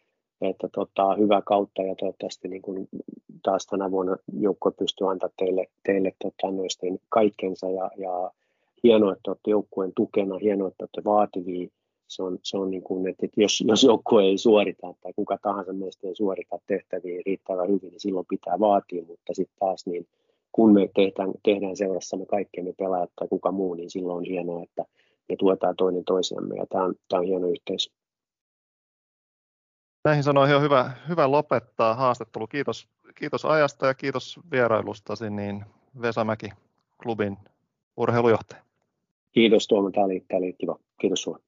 hyvää kautta ja toivottavasti niin kuin taas tänä vuonna joukkue pystyy antamaan teille kaikkensa ja hienoa, että olette joukkueen tukena, hienoa, että olette vaativia. Se on niin kuin, että jos joukkue ei suorita tai kuka tahansa meistä ei suorita tehtäviä riittävän hyvin, niin silloin pitää vaatia, mutta sitten taas niin kun me tehdään seurassamme kaikkemme pelaajat tai kuka muu, niin silloin on hienoa, että me tuetaan toinen toisiamme ja tämä on hieno yhteisö. Näihin sanoihin on hyvä lopettaa haastattelu. Kiitos ajasta ja kiitos vierailustasi, niin Vesa Mäki, klubin urheilujohtaja. Kiitos Tuomo, tämä oli kiva. Kiitos sinulle.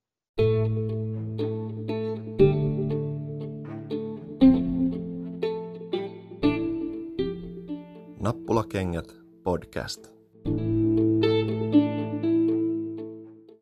Nappulakengät podcast.